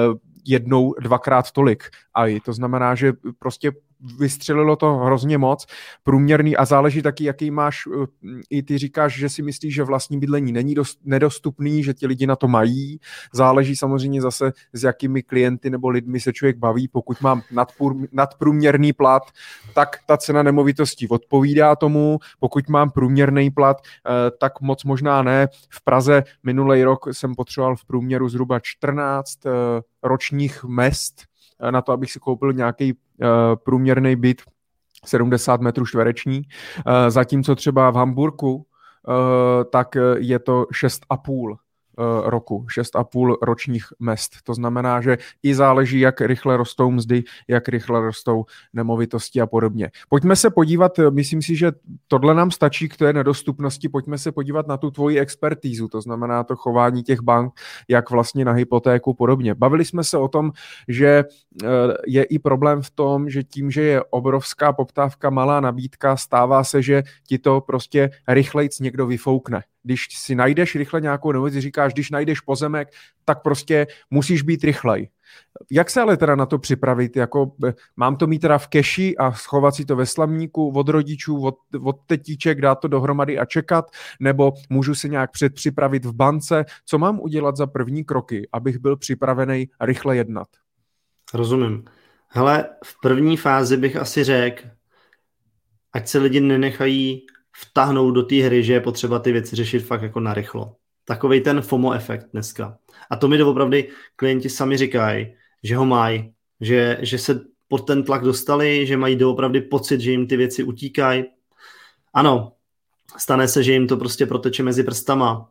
1-2krát tolik. A to znamená, že prostě vystřelilo to hrozně moc, průměrný, a záleží taky, jaký máš, i ty říkáš, že si myslíš, že vlastní bydlení není nedostupný, že ti lidi na to mají, záleží samozřejmě zase, s jakými klienty nebo lidmi se člověk baví. Pokud mám nadprůměrný plat, tak ta cena nemovitostí odpovídá tomu, pokud mám průměrný plat, tak moc možná ne. V Praze minulý rok jsem potřeboval v průměru zhruba 14 ročních mezd na to, abych si koupil nějaký průměrný byt 70 metrů čtvereční, zatímco třeba v Hamburku tak je to 6,5 roku, 6,5 ročních mezd. To znamená, že i záleží, jak rychle rostou mzdy, jak rychle rostou nemovitosti a podobně. Pojďme se podívat, myslím si, že tohle nám stačí k té nedostupnosti, pojďme se podívat na tu tvoji expertízu, to znamená to chování těch bank, jak vlastně na hypotéku podobně. Bavili jsme se o tom, že je i problém v tom, že tím, že je obrovská poptávka, malá nabídka, stává se, že ti to prostě rychlejc někdo vyfoukne. Když si najdeš rychle nějakou nemovitost, říkáš, když najdeš pozemek, tak prostě musíš být rychlej. Jak se ale teda na to připravit? Jako, mám to mít teda v keši a schovat si to ve slamníku od rodičů, od tetíček, dát to dohromady a čekat? Nebo můžu se nějak předpřipravit v bance? Co mám udělat za první kroky, abych byl připravený rychle jednat? Rozumím. Hele, v první fázi bych asi řekl, ať se lidi nenechají vtáhnout do té hry, že je potřeba ty věci řešit fakt jako narychlo. Takovej ten FOMO efekt dneska. A to mi doopravdy klienti sami říkají, že ho mají, že se pod ten tlak dostali, že mají doopravdy pocit, že jim ty věci utíkají. Ano, stane se, že jim to prostě proteče mezi prstama.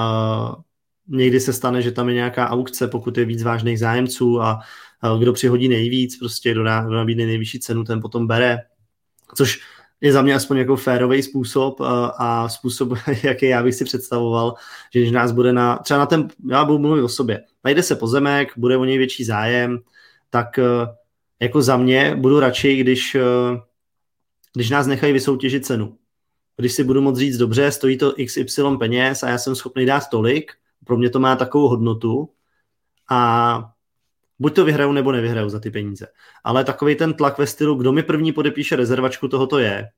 Někdy se stane, že tam je nějaká aukce, pokud je víc vážných zájemců a kdo přihodí nejvíc, prostě kdo nabídne nejvyšší cenu, ten potom bere. Což je za mě aspoň jako férový způsob a způsob, jaký já bych si představoval, že když nás bude třeba na ten, já budu mluvit o sobě, najde se pozemek, bude o něj větší zájem, tak jako za mě budu radši, když nás nechají vysoutěžit cenu. Když si budu moct říct, dobře, stojí to XY peněz a já jsem schopný dát tolik, pro mě to má takovou hodnotu a buď to vyhraju, nebo nevyhraju za ty peníze. Ale takový ten tlak ve stylu, kdo mi první podepíše rezervačku, tohoto je,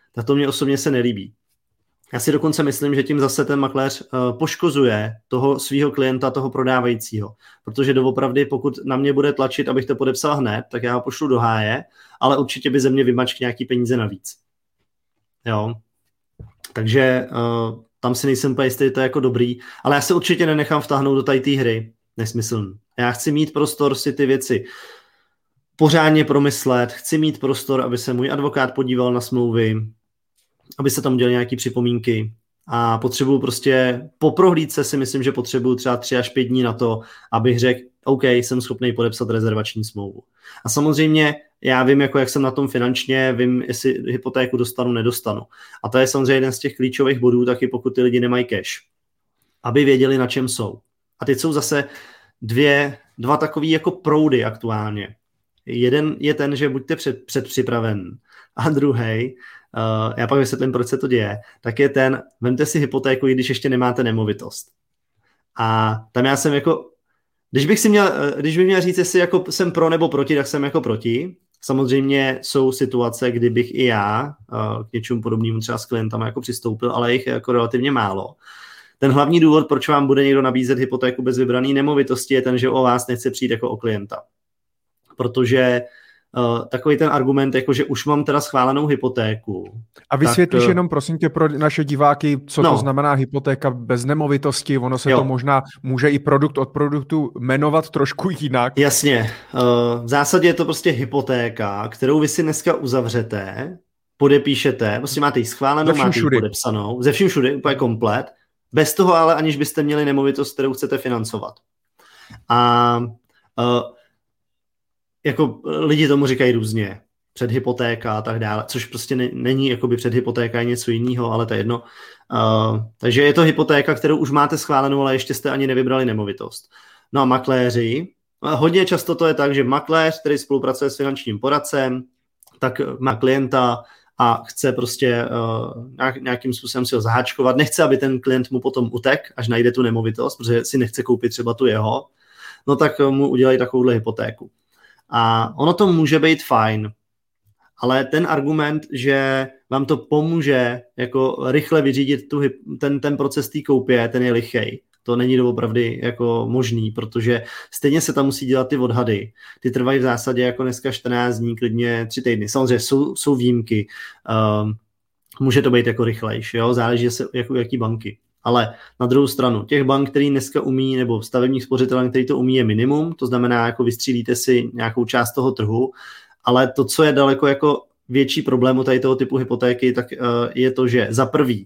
tak to mě osobně se nelíbí. Já si dokonce myslím, že tím zase ten makléř poškozuje toho svého klienta, toho prodávajícího. Protože doopravdy, pokud na mě bude tlačit, abych to podepsal hned, tak já ho pošlu do háje, ale určitě by ze mě vymačk nějaký peníze navíc. Jo. Takže tam si nejsem úplně jistý, to je jako dobrý, ale já se určitě nenechám vtáhnout do tady té hry. Nesmyslný. Já chci mít prostor si ty věci pořádně promyslet, chci mít prostor, aby se můj advokát podíval na smlouvy, aby se tam udělali nějaké připomínky a potřebuju prostě po prohlídce si myslím, že potřebuju třeba 3 až 5 dní na to, abych řekl, OK, jsem schopný podepsat rezervační smlouvu. A samozřejmě já vím, jako jak jsem na tom finančně, vím, jestli hypotéku dostanu, nedostanu. A to je samozřejmě jeden z těch klíčových bodů, taky pokud ty lidi nemají cash, aby věděli, na čem jsou. A teď jsou zase dva takový jako proudy aktuálně. Jeden je ten, že buďte předpřipraven, a druhý, já pak vysvětlím, proč se to děje, tak je ten, vemte si hypotéku, i když ještě nemáte nemovitost. A tam já jsem jako, když bych měl říct, jestli jako jsem pro nebo proti, tak jsem jako proti. Samozřejmě jsou situace, kdy bych i já k něčemu podobnému třeba s klientama jako přistoupil, ale jich je jako relativně málo. Ten hlavní důvod, proč vám bude někdo nabízet hypotéku bez vybrané nemovitosti, je ten, že o vás nechce přijít jako o klienta. Protože takový ten argument, jako že už mám teda schválenou hypotéku. A vysvětlíš jenom, prosím tě, pro naše diváky, co to znamená hypotéka bez nemovitosti, ono se to možná může i produkt od produktu jmenovat trošku jinak. Jasně, v zásadě je to prostě hypotéka, kterou vy si dneska uzavřete, podepíšete, prostě máte ji schválenou, máte ji podepsanou, ze vším všude, úplně komplet, bez toho ale aniž byste měli nemovitost, kterou chcete financovat. A jako lidi tomu říkají různě, předhypotéka a tak dále, což prostě není jakoby předhypotéka, je něco jiného, ale to je jedno. Takže je to hypotéka, kterou už máte schválenou, ale ještě jste ani nevybrali nemovitost. No a makléři, hodně často to je tak, že makléř, který spolupracuje s finančním poradcem, tak má klienta a chce prostě nějakým způsobem si ho zaháčkovat. Nechce, aby ten klient mu potom utek, až najde tu nemovitost, protože si nechce koupit třeba tu jeho, no tak mu udělají takovouhle hypotéku. A ono to může být fajn, ale ten argument, že vám to pomůže jako rychle vyřídit ten proces té koupě, ten je lichej. To není doopravdy jako možný, protože stejně se tam musí dělat ty odhady. Ty trvají v zásadě jako dneska 14 dní, klidně 3 týdny. Samozřejmě jsou výjimky. Může to být jako rychlejší, jo? Záleží se jako jaký banky. Ale na druhou stranu, těch bank, který dneska umí, nebo stavebních spořitelen, který to umí, je minimum, to znamená, jako vystřílíte si nějakou část toho trhu, ale to, co je daleko jako větší problém u tady toho typu hypotéky, tak je to, že za prvý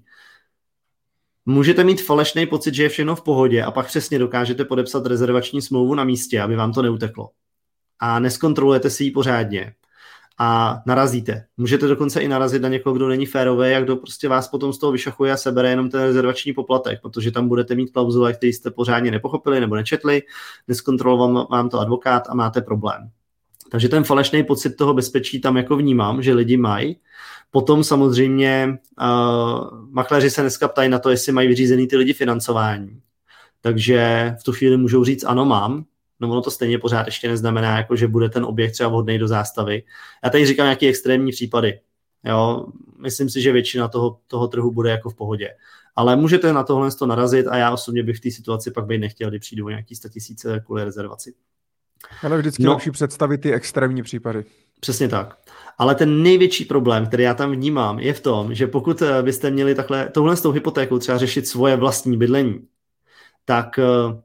můžete mít falešný pocit, že je všechno v pohodě a pak přesně dokážete podepsat rezervační smlouvu na místě, aby vám to neuteklo. A neskontrolujete si ji pořádně. A narazíte. Můžete dokonce i narazit na někoho, kdo není férový a kdo prostě vás potom z toho vyšachuje a sebere jenom ten rezervační poplatek, protože tam budete mít klauzule, které jste pořádně nepochopili nebo nečetli, neskontroloval vám to advokát a máte problém. Takže ten falešný pocit toho bezpečí tam jako vnímám, že lidi mají. Potom samozřejmě makléři se dneska ptají na to, jestli mají vyřízený ty lidi financování. Takže v tu chvíli můžou říct, ano, mám. No ono to stejně pořád ještě neznamená, jako, že bude ten objekt třeba vhodný do zástavy. Já tady říkám nějaké extrémní případy. Jo? Myslím si, že většina toho trhu bude jako v pohodě. Ale můžete na tohle narazit a já osobně bych v té situaci pak být nechtěl, kdy přijdu nějaký 100 000 kvůli rezervaci. Ale vždycky lepší představit ty extrémní případy. Přesně tak. Ale ten největší problém, který já tam vnímám, je v tom, že pokud byste měli touhle s tou hypotékou třeba řešit svoje vlastní bydlení, tak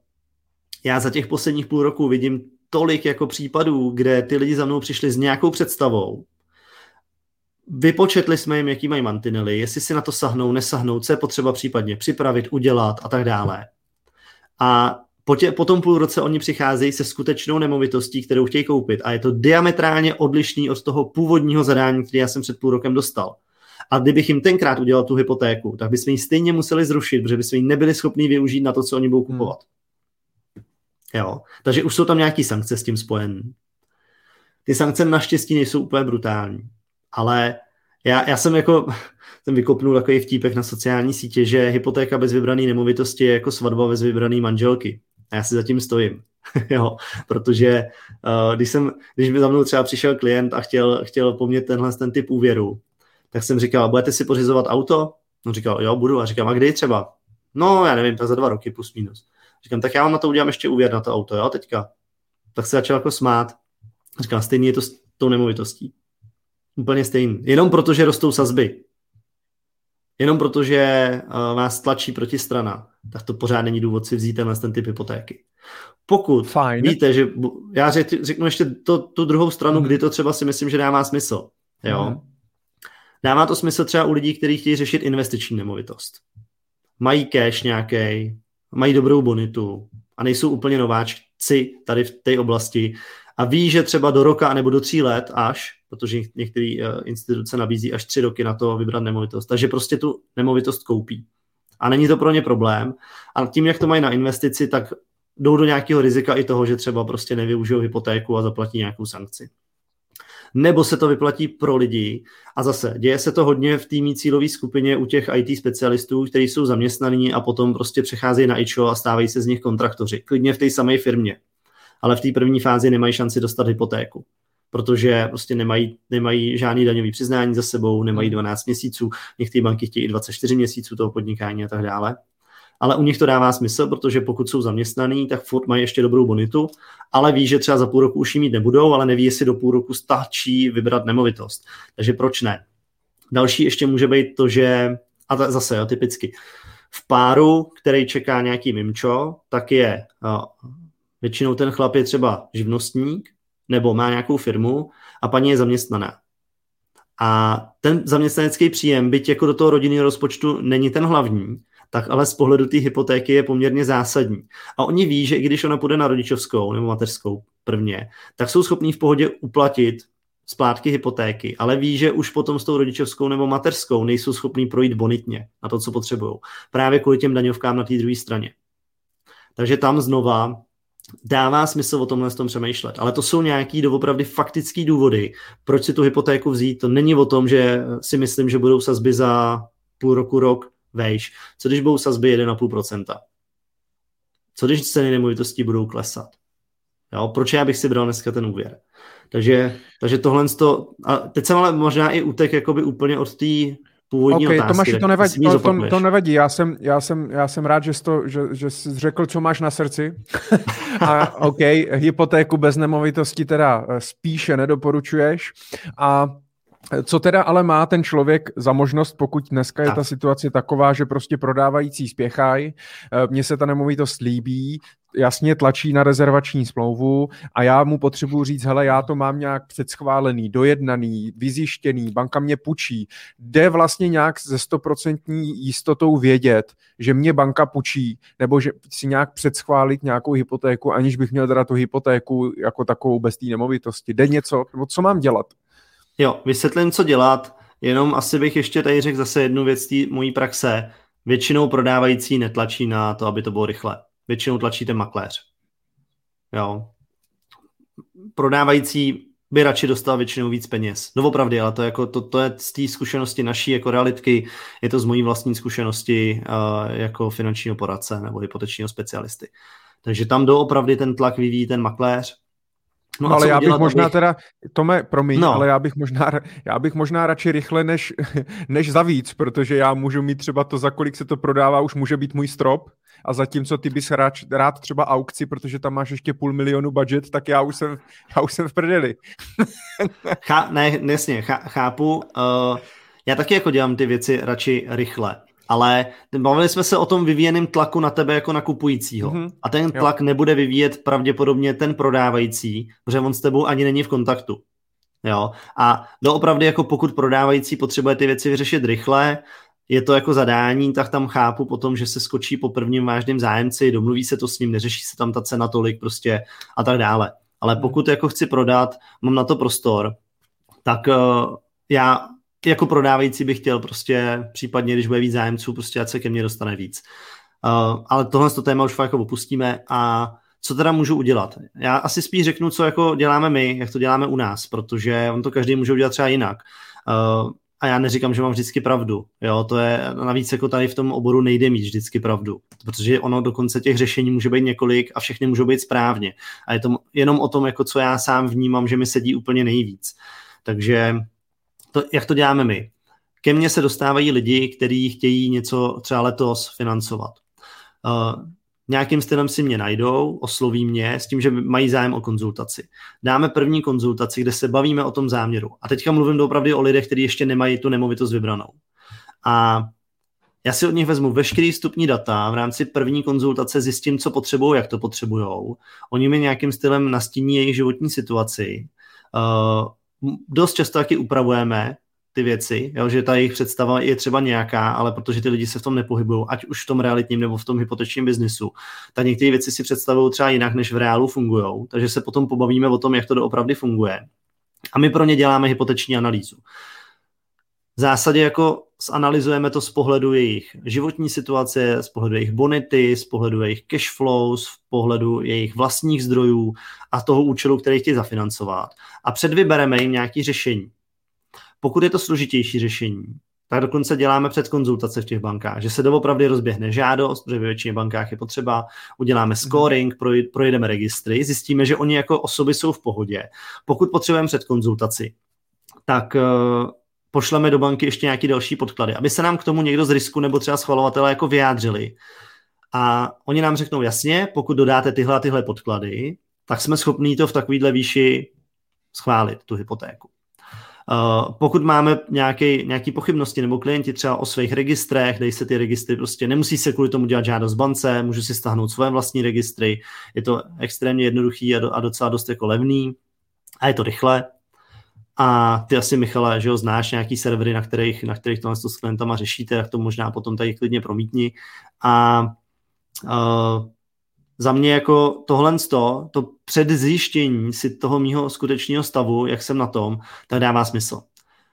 já za těch posledních půl roku vidím tolik jako případů, kde ty lidi za mnou přišli s nějakou představou, vypočetli jsme jim, jaký mají mantinely, jestli si na to sahnou, nesahnou, co je potřeba případně připravit, udělat a tak dále. A po tom půl roce oni přicházejí se skutečnou nemovitostí, kterou chtějí koupit a je to diametrálně odlišný od toho původního zadání, který já jsem před půl rokem dostal. A kdybych jim tenkrát udělal tu hypotéku, tak bychom ji stejně museli zrušit, protože bychom ji nebyli schopni využít na to, co oni budou kupovat. Jo. Takže už jsou tam nějaké sankce s tím spojené. Ty sankce naštěstí nejsou úplně brutální. Ale já jsem vykopnul takový vtípek na sociální sítě, že hypotéka bez vybrané nemovitosti je jako svatba bez vybrané manželky. A já si zatím stojím. Jo. Protože když by za mnou třeba přišel klient a chtěl po mně ten typ úvěru, Tak jsem říkal, budete si pořizovat auto? On říkal, jo, budu. A říkám, a kdy třeba? No, já nevím, tak za 2 roky plus minus. Říkám, tak já vám na to udělám ještě úvěr na to auto, jo, teďka. Tak se začal jako smát. Říkám, stejný je to s tou nemovitostí. Úplně stejný. Jenom proto, že rostou sazby. Jenom proto, že vás tlačí protistrana, tak to pořád není důvod si vzít ten typ hypotéky. Pokud víte, že... Já řeknu ještě tu druhou stranu, kdy to třeba si myslím, že dává smysl. Jo? Dává to smysl třeba u lidí, kteří chtějí řešit investiční nemovitost. Mají cash nějaký, mají dobrou bonitu a nejsou úplně nováčci tady v té oblasti a ví, že třeba do roka nebo do 3 let až, protože některé instituce nabízí až 3 roky na to vybrat nemovitost, takže prostě tu nemovitost koupí. A není to pro ně problém. A tím, jak to mají na investici, tak jdou do nějakého rizika i toho, že třeba prostě nevyužijou hypotéku a zaplatí nějakou sankci. Nebo se to vyplatí pro lidi. A zase, děje se to hodně v té cílové skupině u těch IT specialistů, kteří jsou zaměstnaní a potom prostě přecházejí na IČO a stávají se z nich kontraktoři. Klidně v té samé firmě. Ale v té první fázi nemají šanci dostat hypotéku, protože prostě nemají žádný daňový přiznání za sebou, nemají 12 měsíců, některé banky chtějí 24 měsíců toho podnikání a tak dále. Ale u nich to dává smysl, protože pokud jsou zaměstnaný, tak furt mají ještě dobrou bonitu, ale ví, že třeba za půl roku už ji mít nebudou, ale neví, jestli do půl roku stačí vybrat nemovitost. Takže proč ne? Další ještě může být to, že, a zase jo, typicky, v páru, který čeká nějaký mimčo, tak je většinou ten chlap je třeba živnostník nebo má nějakou firmu a paní je zaměstnaná. A ten zaměstnanecký příjem, byť jako do toho rodinného rozpočtu není ten hlavní, tak ale z pohledu té hypotéky je poměrně zásadní. A oni ví, že i když ona půjde na rodičovskou nebo mateřskou prvně, tak jsou schopní v pohodě uplatit splátky hypotéky, ale ví, že už potom s tou rodičovskou nebo mateřskou nejsou schopní projít bonitně na to, co potřebují. Právě kvůli těm daňovkám na té druhé straně. Takže tam znova dává smysl o tomhle tom přemýšlet. Ale to jsou nějaký doopravdy faktický důvody, proč si tu hypotéku vzít. To není o tom, že si myslím, že budou sazby za půl roku, rok vejš. Co když budou sazby 1,5%? Co když ceny nemovitostí budou klesat? Jo? Proč já bych si bral dneska ten úvěr? Takže tohle a teď jsem ale možná i utek jakoby úplně od té původní otázky. Tomáši, to nevadí. Já jsem rád, že jsi řekl, co máš na srdci. A hypotéku bez nemovitosti teda spíše nedoporučuješ. A co teda ale má ten člověk za možnost, pokud dneska je ta situace taková, že prostě prodávající spěchají, mně se ta nemovitost líbí, jasně tlačí na rezervační smlouvu a já mu potřebuji říct, hele, já to mám nějak předschválený, dojednaný, vyzjištěný, banka mě půjčí. Jde vlastně nějak se 100% jistotou vědět, že mě banka půjčí, nebo že si nějak předschválit nějakou hypotéku, aniž bych měl teda tu hypotéku jako takovou bez té nemovitosti. Jde něco, nebo co mám dělat? Jo, vysvětlím, co dělat, jenom asi bych ještě tady řekl zase jednu věc z té mojí praxe. Většinou prodávající netlačí na to, aby to bylo rychle. Většinou tlačí ten makléř. Jo. Prodávající by radši dostal většinou víc peněz. No opravdu, ale to je z té zkušenosti naší jako realitky, je to z mojí vlastní zkušenosti jako finančního poradce nebo hypotečního specialisty. Takže tam doopravdy ten tlak vyvíjí ten makléř. No ale já bych možná teda, Tome, promiň, ale já bych možná radši rychle než za víc, protože já můžu mít třeba to, za kolik se to prodává, už může být můj strop a zatímco ty bys rád třeba aukci, protože tam máš ještě 500 000 budget, tak já už jsem v prdeli. Chápu. Já taky jako dělám ty věci radši rychle. Ale bavili jsme se o tom vyvíjeném tlaku na tebe jako na kupujícího. A ten tlak nebude vyvíjet pravděpodobně ten prodávající, protože on s tebou ani není v kontaktu. Jo? A doopravdy jako pokud prodávající potřebuje ty věci vyřešit rychle, je to jako zadání, tak tam chápu potom, že se skočí po prvním vážným zájemci, domluví se to s ním, neřeší se tam ta cena tolik prostě a tak dále. Ale pokud jako chci prodat, mám na to prostor, tak já jako prodávající bych chtěl prostě, případně když bude víc zájemců, prostě ať se ke mně dostane víc. Ale tohle téma už jako opustíme a co teda můžu udělat? Já asi spíš řeknu, co jako děláme my, jak to děláme u nás, protože on to každý může udělat třeba jinak. A já neříkám, že mám vždycky pravdu. Jo, to je navíc jako tady v tom oboru nejde mít vždycky pravdu, protože ono dokonce těch řešení může být několik a všechny můžou být správně. A je to jenom o tom, jako co já sám vnímám, že mi sedí úplně nejvíc. Takže jak to děláme my? ke mně se dostávají lidi, kteří chtějí něco třeba letos financovat. Nějakým stylem si mě najdou, osloví mě s tím, že mají zájem o konzultaci. Dáme první konzultaci, kde se bavíme o tom záměru. A teďka mluvím doopravdy o lidech, kteří ještě nemají tu nemovitost vybranou. A já si od nich vezmu veškerý vstupní data, v rámci první konzultace zjistím, co potřebují, jak to potřebujou. Oni mi nějakým stylem nastíní jejich životní situaci. Dost často taky upravujeme ty věci, jo, že ta jejich představa je třeba nějaká, ale protože ty lidi se v tom nepohybují, ať už v tom realitním nebo v tom hypotečním biznisu, tak některé věci si představují třeba jinak, než v reálu fungujou, takže se potom pobavíme o tom, jak to doopravdy funguje. A my pro ně děláme hypoteční analýzu. V zásadě jako zanalyzujeme to z pohledu jejich životní situace, z pohledu jejich bonity, z pohledu jejich cash flows, z pohledu jejich vlastních zdrojů a toho účelu, který chtějí zafinancovat. A předvybereme jim nějaké řešení. Pokud je to složitější řešení, tak dokonce děláme předkonzultace v těch bankách, že se doopravdy rozběhne žádost, protože ve většině bankách je potřeba, uděláme scoring, projedeme registry, zjistíme, že oni jako osoby jsou v pohodě. Pokud potřebujeme předkonzultaci, tak pošleme do banky ještě nějaké další podklady, aby se nám k tomu někdo z risku nebo třeba schvalovatele jako vyjádřili. A oni nám řeknou jasně, pokud dodáte tyhle a tyhle podklady, tak jsme schopní to v takovýhle výši schválit, tu hypotéku. Pokud máme nějaké pochybnosti nebo klienti třeba o svých registrech, dej se ty registry, prostě nemusí se kvůli tomu dělat žádost bance, můžu si stáhnout svoje vlastní registry, je to extrémně jednoduchý a docela dost jako levný a je to rychle. A ty asi, Michale, že ho znáš, nějaký servery, na kterých tohle s klientama řešíte, tak to možná potom tady klidně promítni. A za mě jako to předzjištění si toho mýho skutečného stavu, jak jsem na tom, tak dává smysl.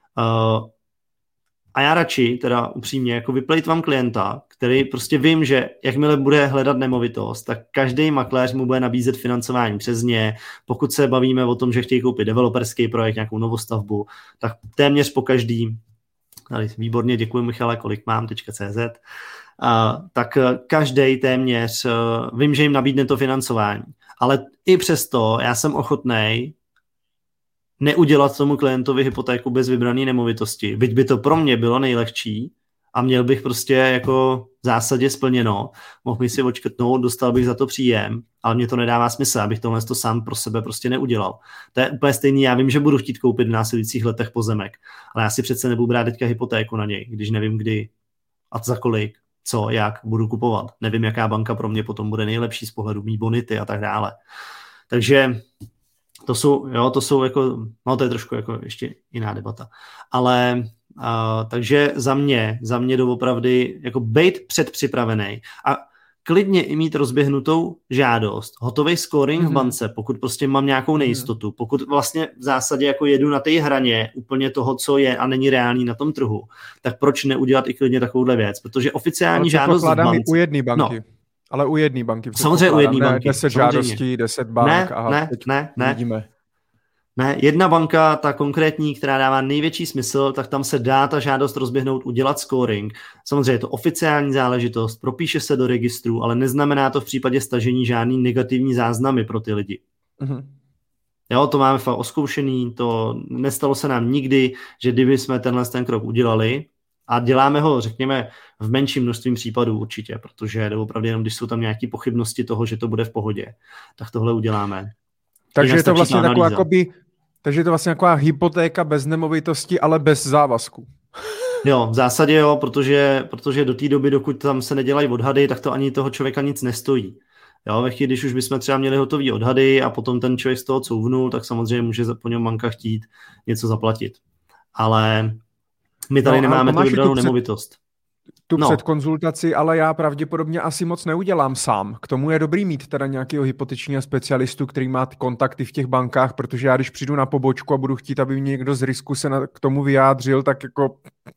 A já radši, teda upřímně, jako vyplejtvám klienta, který prostě vím, že jakmile bude hledat nemovitost, tak každý makléř mu bude nabízet financování přes ně. Pokud se bavíme o tom, že chtějí koupit developerský projekt, nějakou novostavbu, tak téměř po každý, tady výborně děkuji Michale, kolik mám, .cz, tak každý téměř, vím, že jim nabídne to financování. Ale i přesto já jsem ochotnej neudělat tomu klientovi hypotéku bez vybrané nemovitosti. Byť by to pro mě bylo nejlehčí a měl bych prostě jako v zásadě splněno, mohl bych si odškrtnout, dostal bych za to příjem, ale mě to nedává smysl, abych tohle to sám pro sebe prostě neudělal. To je úplně stejný, já vím, že budu chtít koupit v následujících letech pozemek, ale já si přece nebudu brát teďka hypotéku na něj, když nevím kdy a za kolik, co, jak budu kupovat. Nevím, jaká banka pro mě potom bude nejlepší z pohledu mý bonity a tak dále. Takže to jsou jako, no to je trošku jako ještě jiná debata. Ale takže za mě doopravdy jako bejt předpřipravený a klidně i mít rozběhnutou žádost, hotový scoring v bance, pokud prostě mám nějakou nejistotu, pokud vlastně v zásadě jako jedu na té hraně úplně toho, co je a není reálný na tom trhu, tak proč neudělat i klidně takovouhle věc, protože oficiální žádost v bance... u jedné banky. No. Ale u jedné banky. Samozřejmě u jedné banky. 10 žádostí, 10 bank ne. Ne, jedna banka, ta konkrétní, která dává největší smysl, tak tam se dá ta žádost rozběhnout, udělat scoring. Samozřejmě je to oficiální záležitost, propíše se do registru, ale neznamená to v případě stažení žádný negativní záznamy pro ty lidi. Jo, to máme fakt oskoušený, to nestalo se nám nikdy, že kdyby jsme ten krok udělali, a děláme ho, řekněme, v menším množství případů určitě, protože opravdu jenom, když jsou tam nějaké pochybnosti toho, že to bude v pohodě, tak tohle uděláme. Takže je to vlastně takže je to vlastně taková hypotéka bez nemovitosti, ale bez závazku. Jo, v zásadě jo, protože do té doby, dokud tam se nedělají odhady, tak to ani toho člověka nic nestojí. Jo, ve chvíli, když už bychom třeba měli hotový odhady a potom ten člověk z toho couvnul, tak samozřejmě může po něm banka chtít něco zaplatit. Ale my tady nemáme tu vybranou nemovitost. Tu předkonzultaci, ale já pravděpodobně asi moc neudělám sám. K tomu je dobrý mít teda nějakého hypotečního specialistu, který má kontakty v těch bankách, protože já když přijdu na pobočku a budu chtít, aby mě někdo z risku se k tomu vyjádřil, tak jako...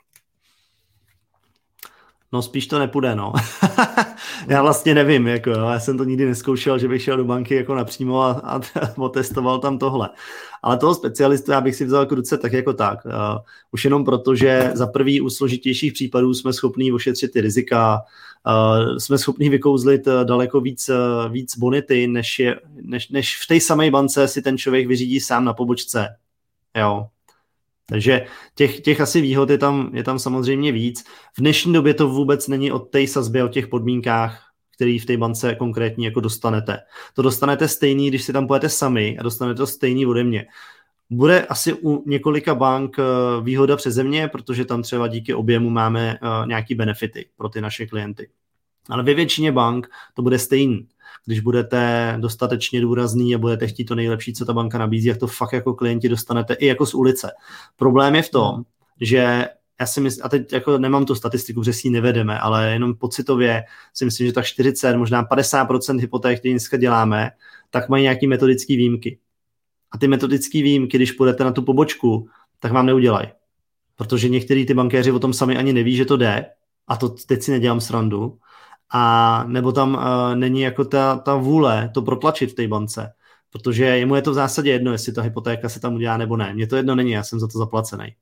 No spíš to nepůjde, no. Já vlastně nevím, jako jo. Já jsem to nikdy neskoušel, že bych šel do banky jako napřímo a otestoval tam tohle. Ale toho specialistu já bych si vzal k ruce tak jako tak. Už jenom proto, že za prvý u složitějších případů jsme schopní ošetřit ty rizika, jsme schopní vykouzlit daleko víc bonity, než v té samé bance si ten člověk vyřídí sám na pobočce. Jo. Takže těch asi výhod je tam samozřejmě víc. V dnešní době to vůbec není o té sazbě, o těch podmínkách, který v té bance konkrétní jako dostanete. To dostanete stejný, když si tam pojete sami a dostanete to stejný ode mě. Bude asi u několika bank výhoda přeze mě, protože tam třeba díky objemu máme nějaký benefity pro ty naše klienty. Ale ve většině bank to bude stejný. Když budete dostatečně důrazný a budete chtít to nejlepší, co ta banka nabízí, jak to fakt jako klienti dostanete i jako z ulice. Problém je v tom, že já si myslím, a teď jako nemám tu statistiku, že si ji nevedeme, ale jenom pocitově si myslím, že tak 40, možná 50% hypoték, které dneska děláme, tak mají nějaký metodický výjimky. A ty metodické výjimky, když půjdete na tu pobočku, tak vám neudělají. Protože některý ty bankéři o tom sami ani neví, že to jde, a to teď si nedělám srandu, a nebo tam není jako ta vůle to protlačit v té bance, protože jemu je to v zásadě jedno, jestli ta hypotéka se tam udělá nebo ne. Mně to jedno není, já jsem za to zaplacený.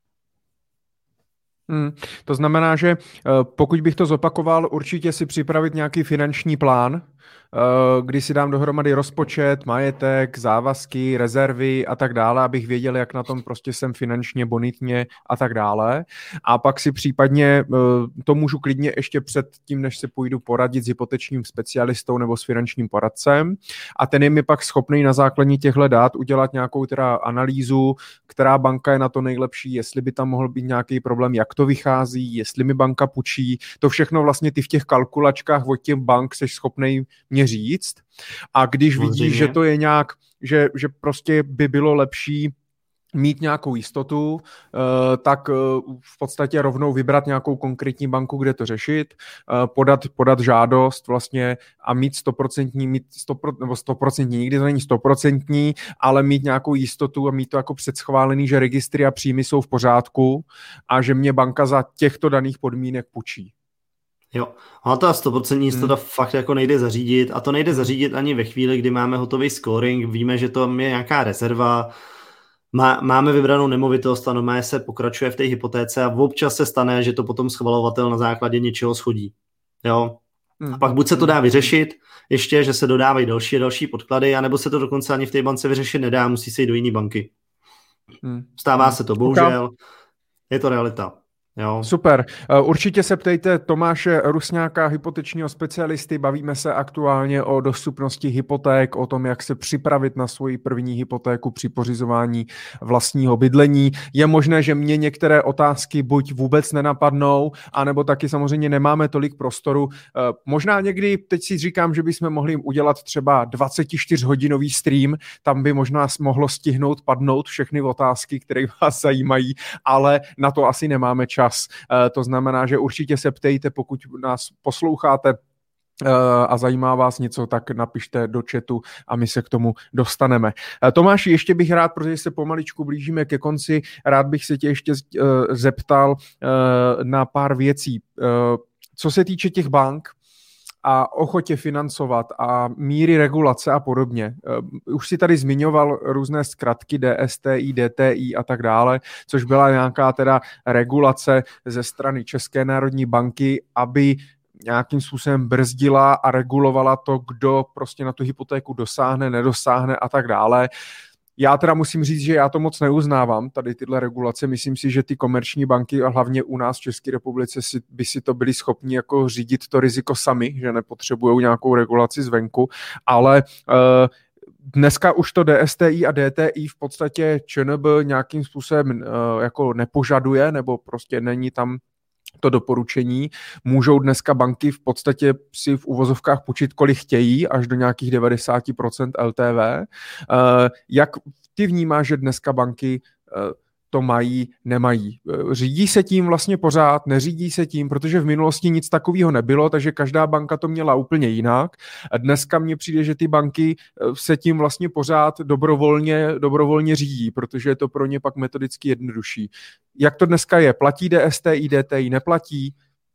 To znamená, že pokud bych to zopakoval, určitě si připravit nějaký finanční plán, kdy si dám dohromady rozpočet, majetek, závazky, rezervy a tak dále, abych věděl, jak na tom prostě jsem finančně, bonitně a tak dále. A pak si případně, to můžu klidně ještě před tím, než se půjdu poradit s hypotečním specialistou nebo s finančním poradcem, a ten je mi pak schopný na základě těchto dat udělat nějakou teda analýzu, která banka je na to nejlepší, jestli by tam mohl být nějaký problém, jak to vychází, jestli mi banka půjčí. To všechno vlastně ty v těch kalkulačkách od těch bank seš schopnej mě říct. A když vidíš, že to je nějak, že prostě by bylo lepší mít nějakou jistotu, tak v podstatě rovnou vybrat nějakou konkrétní banku, kde to řešit, podat žádost vlastně a mít 100%, nikdy to není 100%, ale mít nějakou jistotu a mít to jako předschválený, že registry a příjmy jsou v pořádku a že mě banka za těchto daných podmínek půjčí. Jo, ale ta 100% jistota fakt jako nejde zařídit, a to nejde zařídit ani ve chvíli, kdy máme hotový scoring, víme, že to je nějaká rezerva, máme vybranou nemovitost a normálně se pokračuje v té hypotéce a občas se stane, že to potom schvalovatel na základě něčeho shodí. Jo? A pak buď se to dá vyřešit, ještě, že se dodávají další podklady, anebo se to dokonce ani v té bance vyřešit nedá, musí se jít do jiné banky. Stává se to, bohužel, je to realita. Jo. Super. Určitě se ptejte Tomáše Rusňáka, hypotečního specialisty. Bavíme se aktuálně o dostupnosti hypoték, o tom, jak se připravit na svoji první hypotéku při pořizování vlastního bydlení. Je možné, že mě některé otázky buď vůbec nenapadnou, anebo taky samozřejmě nemáme tolik prostoru. Možná někdy, teď si říkám, že bychom mohli udělat třeba 24-hodinový stream, tam by možná mohlo stihnout padnout všechny otázky, které vás zajímají, ale na to asi nemáme čas. To znamená, že určitě se ptejte, pokud nás posloucháte a zajímá vás něco, tak napište do chatu a my se k tomu dostaneme. Tomáši, ještě bych rád, protože se pomaličku blížíme ke konci, rád bych se tě ještě zeptal na pár věcí. Co se týče těch bank a ochotě financovat a míry regulace a podobně. Už si tady zmiňoval různé zkratky DSTI, DTI a tak dále, což byla nějaká teda regulace ze strany České národní banky, aby nějakým způsobem brzdila a regulovala to, kdo prostě na tu hypotéku dosáhne, nedosáhne a tak dále. Já teda musím říct, že já to moc neuznávám, tady tyhle regulace. Myslím si, že ty komerční banky a hlavně u nás v České republice by si to byli schopni jako řídit to riziko sami, že nepotřebují nějakou regulaci zvenku, ale dneska už to DSTI a DTI v podstatě ČNB nějakým způsobem jako nepožaduje, nebo prostě není tam to doporučení. Můžou dneska banky v podstatě si v uvozovkách půjčit, kolik chtějí, až do nějakých 90% LTV. Jak ty vnímáš, že dneska banky to mají, nemají? Řídí se tím vlastně pořád, neřídí se tím, protože v minulosti nic takového nebylo, takže každá banka to měla úplně jinak. Dneska mně přijde, že ty banky se tím vlastně pořád dobrovolně řídí, protože je to pro ně pak metodicky jednodušší. Jak to dneska je? Platí DSTI, DTI, neplatí?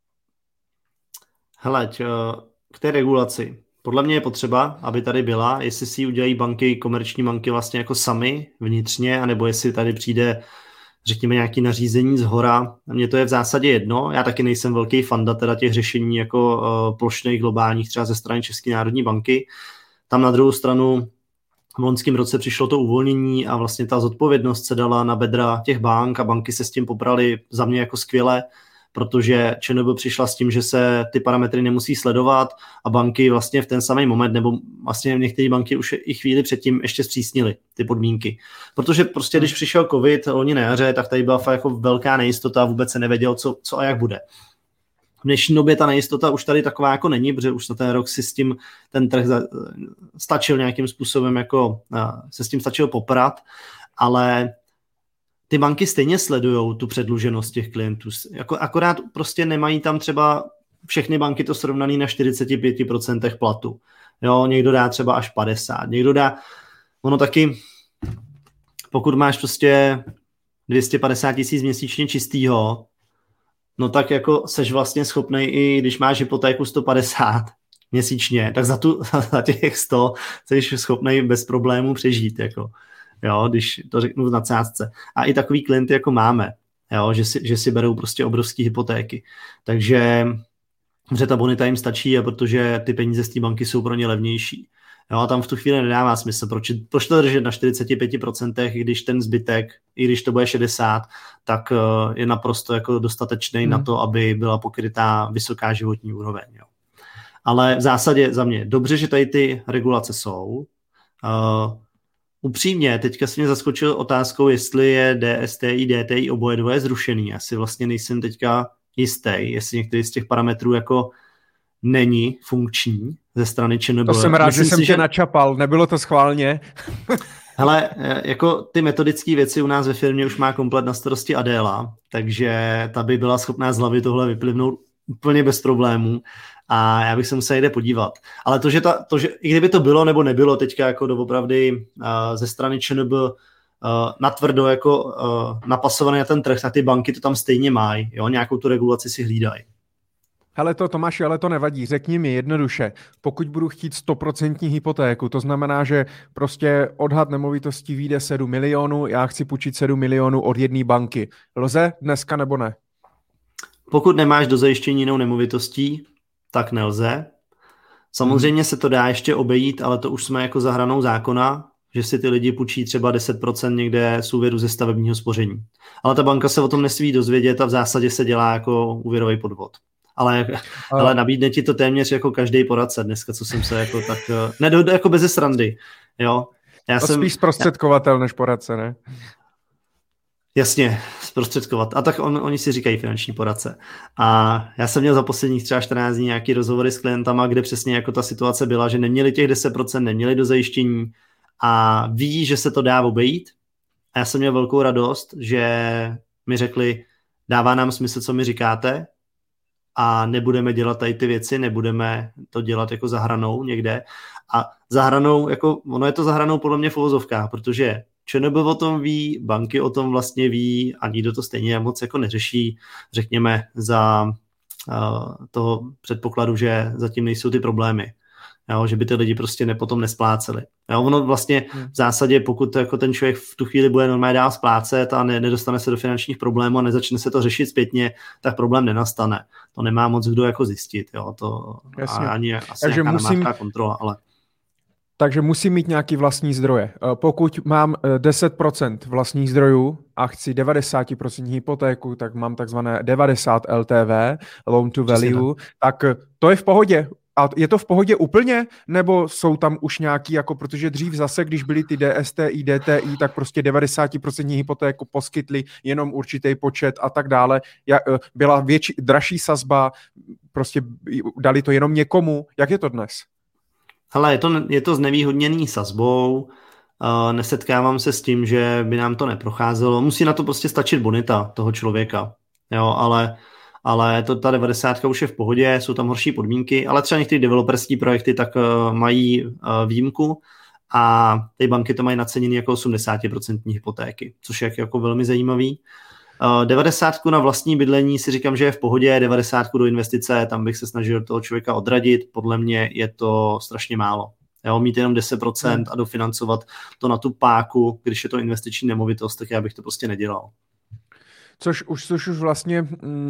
Hele, k té regulaci. Podle mě je potřeba, aby tady byla, jestli si ji udělají banky, komerční banky vlastně jako sami vnitřně, anebo jestli tady přijde, řekněme, nějaké nařízení zhora. Mně to je v zásadě jedno. Já taky nejsem velký fanda teda těch řešení jako plošných globálních třeba ze strany České národní banky. Tam na druhou stranu v loňském roce přišlo to uvolnění a vlastně ta zodpovědnost se dala na bedra těch bank a banky se s tím poprali za mě jako skvěle, protože ČNB přišla s tím, že se ty parametry nemusí sledovat a banky vlastně v ten samý moment, nebo vlastně některé banky už i chvíli předtím ještě zpřísnily ty podmínky. Protože prostě když přišel covid loni na jaře, tak tady byla fakt jako velká nejistota a vůbec se nevědělo, co a jak bude. V dnešní době ta nejistota už tady taková jako není, protože už na ten rok si s tím ten trh stačil nějakým způsobem, jako se s tím stačil poprat, ale ty banky stejně sledujou tu předluženost těch klientů. Akorát prostě nemají tam třeba všechny banky to srovnaný na 45% platu. Jo, někdo dá třeba až 50. Někdo dá, ono taky, pokud máš prostě 250 000 měsíčně čistýho, no tak jako seš vlastně schopnej, i když máš hypotéku 150 měsíčně, tak za těch 100 seš schopnej bez problémů přežít, jako. Jo, když to řeknu v nadsázce. A i takový klienty jako máme, jo, že si berou prostě obrovské hypotéky. Takže ta bonita jim stačí a protože ty peníze z té banky jsou pro ně levnější. Jo, a tam v tu chvíli nedává smysl. Proč to držet na 45%, i když ten zbytek, i když to bude 60, tak je naprosto jako dostatečný na to, aby byla pokrytá vysoká životní úroveň. Jo. Ale v zásadě za mě dobře, že tady ty regulace jsou. Upřímně, teďka se mě zaskočil otázkou, jestli je DSTI, DTI oboje dvoje zrušený. Já si vlastně nejsem teďka jistý, jestli některý z těch parametrů jako není funkční ze strany ČNB. To jsem rád, že jsem tě načapal, nebylo to schválně. Hele, jako ty metodické věci u nás ve firmě už má komplet na starosti Adéla, takže ta by byla schopná z hlavy tohle vyplivnout úplně bez problémů. A já bych se musel jde podívat. Ale to, že i kdyby to bylo nebo nebylo teďka jako doopravdy ze strany ČNB natvrdo jako napasované na ten trh, tak ty banky to tam stejně mají. Jo? Nějakou tu regulaci si hlídají. Hele Tomáši, ale to nevadí. Řekni mi jednoduše, pokud budu chtít 100% hypotéku, to znamená, že prostě odhad nemovitostí vyjde 7 milionů, já chci půjčit 7 milionů od jedné banky. Lze dneska nebo ne? Pokud nemáš do zajištění jinou nemovitostí, tak nelze. Samozřejmě se to dá ještě obejít, ale to už jsme jako za hranou zákona, že si ty lidi půjčí třeba 10% někde z úvěru ze stavebního spoření. Ale ta banka se o tom nesmí dozvědět a v zásadě se dělá jako úvěrový podvod. Ale nabídne ti to téměř jako každý poradce dneska, co jsem se jako tak... jako beze srandy, jo. Spíš zprostředkovatel než poradce, ne? Jasně, zprostředkovat. A tak oni si říkají finanční poradce. A já jsem měl za posledních třeba 14 dní nějaký rozhovory s klientama, kde přesně jako ta situace byla, že neměli těch 10%, neměli do zajištění a ví, že se to dá obejít. A já jsem měl velkou radost, že mi řekli, dává nám smysl, co mi říkáte a nebudeme dělat tady ty věci, nebudeme to dělat jako za hranou někde. A za hranou, jako ono je to za hranou podle mě v uvozovkách, protože ČNB o tom ví, banky o tom vlastně ví a nikdo to stejně moc jako neřeší, řekněme, za toho předpokladu, že zatím nejsou ty problémy. Jo, že by ty lidi prostě potom nespláceli. Jo, ono vlastně v zásadě, pokud jako ten člověk v tu chvíli bude normálně dál splácet a nedostane se do finančních problémů a nezačne se to řešit zpětně, tak problém nenastane. To nemá moc kdo jako zjistit. Jo, to ani asi nějaká namátká kontrola, ale... Takže musím mít nějaký vlastní zdroje. Pokud mám 10% vlastních zdrojů a chci 90% hypotéku, tak mám takzvané 90 LTV, loan to value, tak to je v pohodě. A je to v pohodě úplně, nebo jsou tam už nějaký, jako protože dřív zase, když byly ty DSTI, DTI, tak prostě 90% hypotéku poskytli jenom určitý počet a tak dále. Byla dražší sazba, prostě dali to jenom někomu. Jak je to dnes? Hele, je to znevýhodněný sazbou, nesetkávám se s tím, že by nám to neprocházelo. Musí na to prostě stačit bonita toho člověka, jo, ale ta 90 už je v pohodě, jsou tam horší podmínky, ale třeba některé developerské projekty tak mají výjimku a ty banky to mají naceněný jako 80% hypotéky, což je jako velmi zajímavý. 90 na vlastní bydlení si říkám, že je v pohodě, 90 do investice, tam bych se snažil toho člověka odradit, podle mě je to strašně málo. Jo, mít jenom 10% a dofinancovat to na tu páku, když je to investiční nemovitost, tak já bych to prostě nedělal. Což už vlastně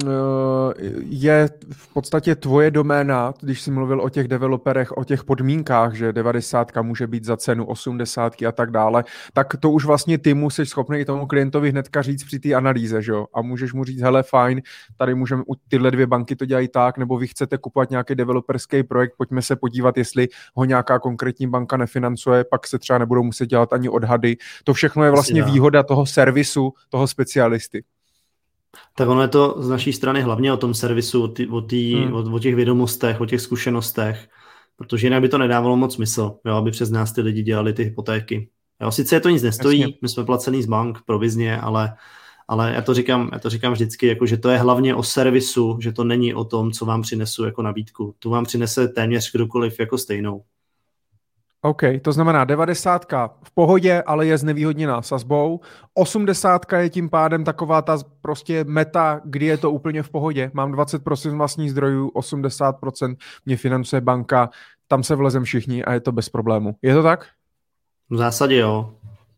je v podstatě tvoje doména, když jsi mluvil o těch developerech, o těch podmínkách, že 90 může být za cenu 80 a tak dále, tak to už vlastně ty mu jsi schopný tomu klientovi hnedka říct při té analýze, že jo? A můžeš mu říct, hele, fajn, tady můžeme, tyhle dvě banky to dělají tak, nebo vy chcete kupovat nějaký developerský projekt, pojďme se podívat, jestli ho nějaká konkrétní banka nefinancuje, pak se třeba nebudou muset dělat ani odhady. To všechno je vlastně výhoda toho servisu, toho specialisty. Tak ono je to z naší strany hlavně o tom servisu, o těch vědomostech, o těch zkušenostech, protože jinak by to nedávalo moc smysl, jo, aby přes nás ty lidi dělali ty hypotéky. Jo, sice je to nic nestojí, jasně. My jsme placený z bank provizně, ale já to říkám vždycky, jako, že to je hlavně o servisu, že to není o tom, co vám přinesu jako nabídku. Tu vám přinese téměř kdokoliv jako stejnou. OK, to znamená 90 v pohodě, ale je znevýhodněná sazbou. 80 je tím pádem taková ta prostě meta, kdy je to úplně v pohodě. Mám 20% vlastních zdrojů, 80% mě financuje banka, tam se vlezem všichni a je to bez problému. Je to tak? V zásadě jo.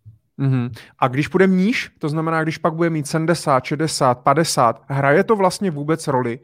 A když půjdeme níž, to znamená, když pak bude mít 70, 60, 50, hraje to vlastně vůbec roli?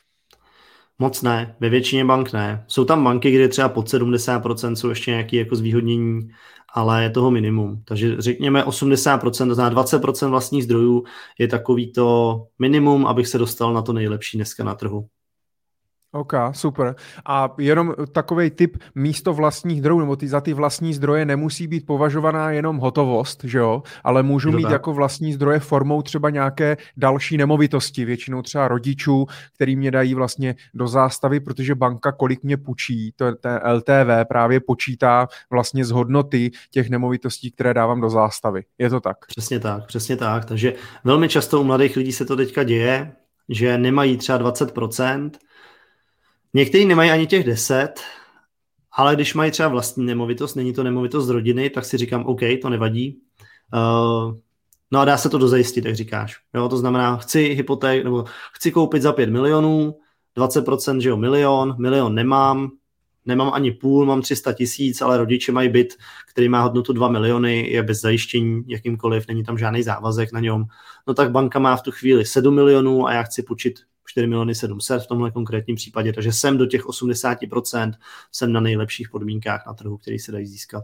Moc ne, ve většině bank ne. Jsou tam banky, kde třeba pod 70% jsou ještě nějaké jako zvýhodnění, ale je toho minimum. Takže řekněme 80%, to znamená 20% vlastních zdrojů je takový to minimum, abych se dostal na to nejlepší dneska na trhu. OK, super. A jenom takovej tip, místo vlastních zdrojů, nebo za ty vlastní zdroje nemusí být považovaná jenom hotovost, že jo? Ale můžu mít jako vlastní zdroje formou třeba nějaké další nemovitosti, většinou třeba rodičů, který mě dají vlastně do zástavy, protože banka, kolik mě půjčí, to LTV právě počítá vlastně z hodnoty těch nemovitostí, které dávám do zástavy. Je to tak? Přesně tak. Takže velmi často u mladých lidí se to teďka děje, že nemají třeba 20%, někteří nemají ani těch 10, ale když mají třeba vlastní nemovitost, není to nemovitost z rodiny, tak si říkám, OK, to nevadí. No a dá se to dozajistit, jak říkáš. Jo, to znamená, chci koupit za 5 milionů, 20%, že jo, milion nemám ani půl, mám 300 000, ale rodiče mají byt, který má hodnotu 2 miliony, je bez zajištění jakýmkoliv, není tam žádný závazek na něm. No tak banka má v tu chvíli 7 milionů a já chci půjčit 4 miliony 700 v tomhle konkrétním případě, takže jsem do těch 80%, jsem na nejlepších podmínkách na trhu, který se dají získat.